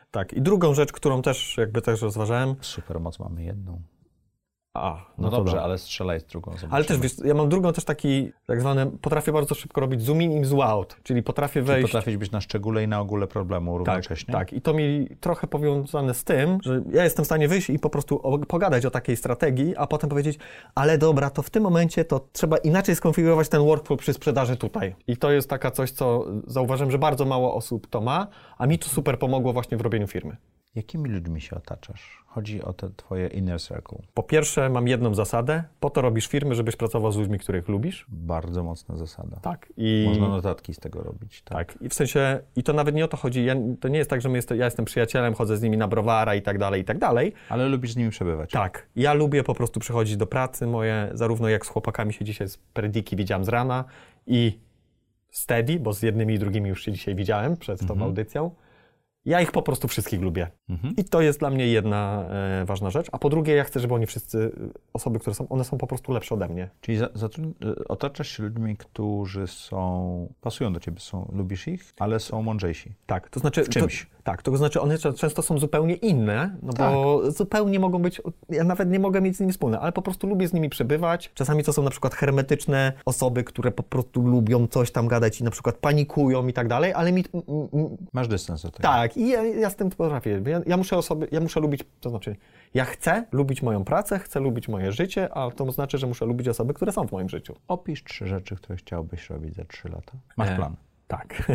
Tak. I drugą rzecz, którą też jakby też rozważałem. Supermoc mamy jedną. A, no, no dobrze, ale strzelaj z drugą. Zobaczymy. Ale też, wiesz, ja mam drugą też taki, tak zwany, potrafię bardzo szybko robić zoom in i zoom out, czyli potrafię wejść... Czyli potrafić być na szczególe i na ogóle problemu równocześnie. Tak, tak. I to mi trochę powiązane z tym, że ja jestem w stanie wyjść i po prostu o, pogadać o takiej strategii, a potem powiedzieć, ale dobra, to w tym momencie to trzeba inaczej skonfigurować ten workflow przy sprzedaży tutaj. I to jest taka coś, co zauważyłem, że bardzo mało osób to ma, a mi to super pomogło właśnie w robieniu firmy. Jakimi ludźmi się otaczasz? Chodzi o te twoje inner circle. Po pierwsze, mam jedną zasadę. Po to robisz firmy, żebyś pracował z ludźmi, których lubisz. Bardzo mocna zasada. Tak. I... Można notatki z tego robić. Tak. tak. I w sensie, i to nawet nie o to chodzi. Ja, to nie jest tak, że my jest, ja jestem przyjacielem, chodzę z nimi na browara i tak dalej, i tak dalej. Ale lubisz z nimi przebywać. Tak. Ja lubię po prostu przychodzić do pracy moje, zarówno jak z chłopakami się dzisiaj z Perdiki widziałem z rana i Steady, bo z jednymi i drugimi już się dzisiaj widziałem przed tą Mhm. audycją. Ja ich po prostu wszystkich lubię. Mhm. I to jest dla mnie jedna e, ważna rzecz. A po drugie, ja chcę, żeby oni wszyscy, osoby, które są, one są po prostu lepsze ode mnie. Czyli za, za, otaczasz się ludźmi, którzy są, pasują do ciebie, są, lubisz ich, ale są mądrzejsi. Tak, to znaczy... W czymś. To, tak, to znaczy one często są zupełnie inne, no Tak. bo zupełnie mogą być, ja nawet nie mogę mieć z nimi wspólne, ale po prostu lubię z nimi przebywać. Czasami to są na przykład hermetyczne osoby, które po prostu lubią coś tam gadać i na przykład panikują i tak dalej, ale mi... m, m, Masz dystans do tego. tak, i ja, ja z tym potrafię. Ja, ja muszę osoby, ja muszę lubić, to znaczy, ja chcę lubić moją pracę, chcę lubić moje życie, a to znaczy, że muszę lubić osoby, które są w moim życiu. Opisz trzy rzeczy, które chciałbyś robić za trzy lata. Masz E, plan. Tak.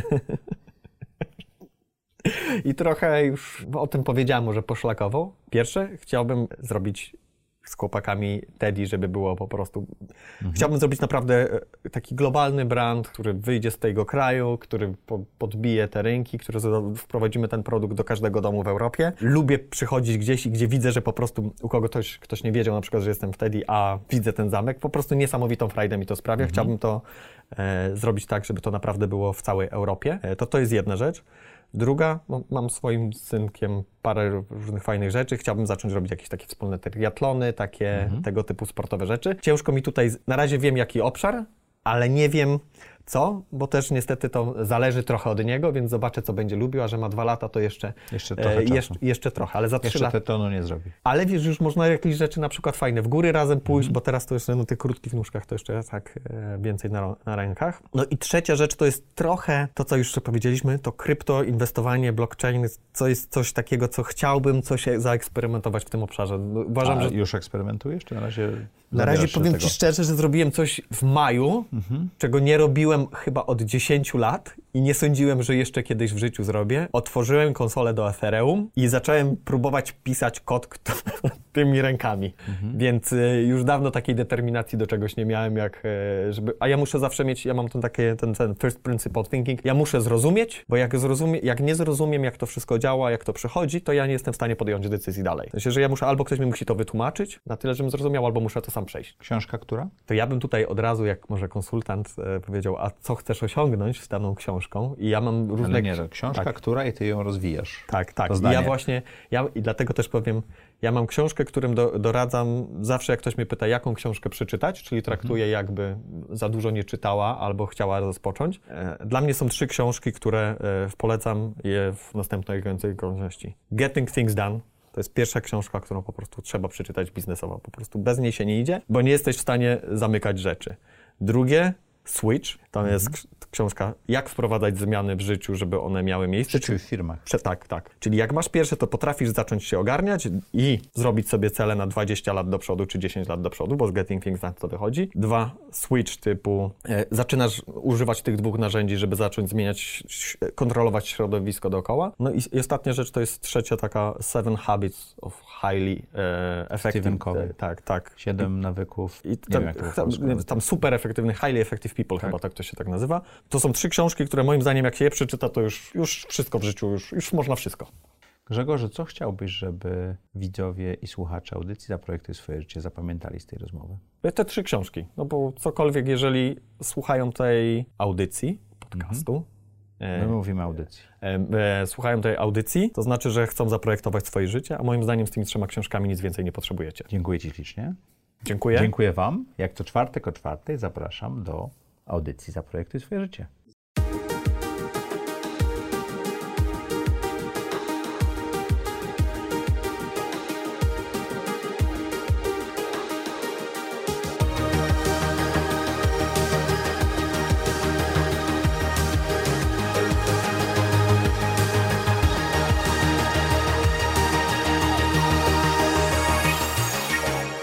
I trochę już o tym powiedziałem może poszlakowo. Pierwsze, chciałbym zrobić z chłopakami Teddy, żeby było po prostu... Mhm. Chciałbym zrobić naprawdę taki globalny brand, który wyjdzie z tego kraju, który po, podbije te rynki, który wprowadzimy ten produkt do każdego domu w Europie. Lubię przychodzić gdzieś i gdzie widzę, że po prostu u kogoś ktoś nie wiedział na przykład, że jestem w Teddy, a widzę ten zamek. Po prostu niesamowitą frajdę mi to sprawia. Mhm. Chciałbym to e, zrobić tak, żeby to naprawdę było w całej Europie. E, to to jest jedna rzecz. Druga, no, mam swoim synkiem parę różnych fajnych rzeczy. Chciałbym zacząć robić jakieś takie wspólne triatlony, takie Mhm. tego typu sportowe rzeczy. Ciężko mi tutaj, na razie wiem jaki obszar, ale nie wiem co, bo też niestety to zależy trochę od niego, więc zobaczę co będzie lubił, a że ma dwa lata to jeszcze Jeszcze trochę e, czasu. jeszcze, jeszcze trochę, ale za trzy Jeszcze lata. tetonu nie zrobi. Ale wiesz, już można jakieś rzeczy na przykład fajne w góry razem pójść, bo teraz to jeszcze na tych krótkich nóżkach to jeszcze tak e, więcej na, na rękach. No i trzecia rzecz to jest trochę to, co już powiedzieliśmy, to krypto, inwestowanie, blockchain, co jest coś takiego, co chciałbym coś zaeksperymentować w tym obszarze. Uważam, A że... już eksperymentujesz, czy na razie Na razie zabierasz się powiem tego? Ci szczerze, że zrobiłem coś w maju, Mhm. czego nie robiłem chyba od dziesięciu lat i nie sądziłem, że jeszcze kiedyś w życiu zrobię. Otworzyłem konsolę do Ethereum i zacząłem próbować pisać kod kto, tymi rękami. Mhm. Więc y, już dawno takiej determinacji do czegoś nie miałem, jak y, żeby... A ja muszę zawsze mieć, ja mam ten, takie, ten, ten first principle thinking, ja muszę zrozumieć, bo jak, zrozumie, jak nie zrozumiem, jak to wszystko działa, jak to przychodzi, to ja nie jestem w stanie podjąć decyzji dalej. W sensie, że ja muszę, albo ktoś mi musi to wytłumaczyć na tyle, żebym zrozumiał, albo muszę to sam przejść. Książka która? To ja bym tutaj od razu, jak może konsultant e, powiedział, a co chcesz osiągnąć z daną książką? I ja mam różne... Ale nie, że książka, tak. która i ty ją rozwijasz. Tak, tak. To I zdanie. ja właśnie, ja, i dlatego też powiem, ja mam książkę, którym do, doradzam zawsze, jak ktoś mnie pyta, jaką książkę przeczytać, czyli traktuję jakby za dużo nie czytała albo chciała rozpocząć. E, Dla mnie są trzy książki, które e, polecam je w następnej kolejności. Getting Things Done. To jest pierwsza książka, którą po prostu trzeba przeczytać biznesowo. Po prostu bez niej się nie idzie, bo nie jesteś w stanie zamykać rzeczy. Drugie, Switch. To Mhm. jest k- książka, jak wprowadzać zmiany w życiu, żeby one miały miejsce. Czy w firmach? Prze- tak, tak. Czyli jak masz pierwsze, to potrafisz zacząć się ogarniać i zrobić sobie cele na dwadzieścia lat do przodu, czy dziesięć lat do przodu, bo z Getting Things na to wychodzi. Dwa, Switch typu, e, zaczynasz używać tych dwóch narzędzi, żeby zacząć zmieniać, ś- kontrolować środowisko dookoła. No i, i ostatnia rzecz to jest trzecia taka Seven Habits of Highly e, Effective. Stephen Covey. E, tak, tak. Siedem nawyków. I nie tam, wiem, jak to po tam, polsku nazywa. tam super efektywny, highly effective people, chyba tak to się tak nazywa. To są trzy książki, które moim zdaniem, jak się je przeczyta, to już, już wszystko w życiu, już, już można wszystko. Grzegorze, co chciałbyś, żeby widzowie i słuchacze audycji Zaprojektuj swoje życie zapamiętali z tej rozmowy? Te trzy książki, no bo cokolwiek, jeżeli słuchają tej audycji, podcastu, My mówimy audycji. e, e, słuchają tej audycji, to znaczy, że chcą zaprojektować swoje życie, a moim zdaniem z tymi trzema książkami nic więcej nie potrzebujecie. Dziękuję Ci ślicznie. Dziękuję. Dziękuję Wam. Jak co czwartek o czwartej zapraszam do audycji Zaprojektuj swoje życie.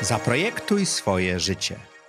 Zaprojektuj swoje życie.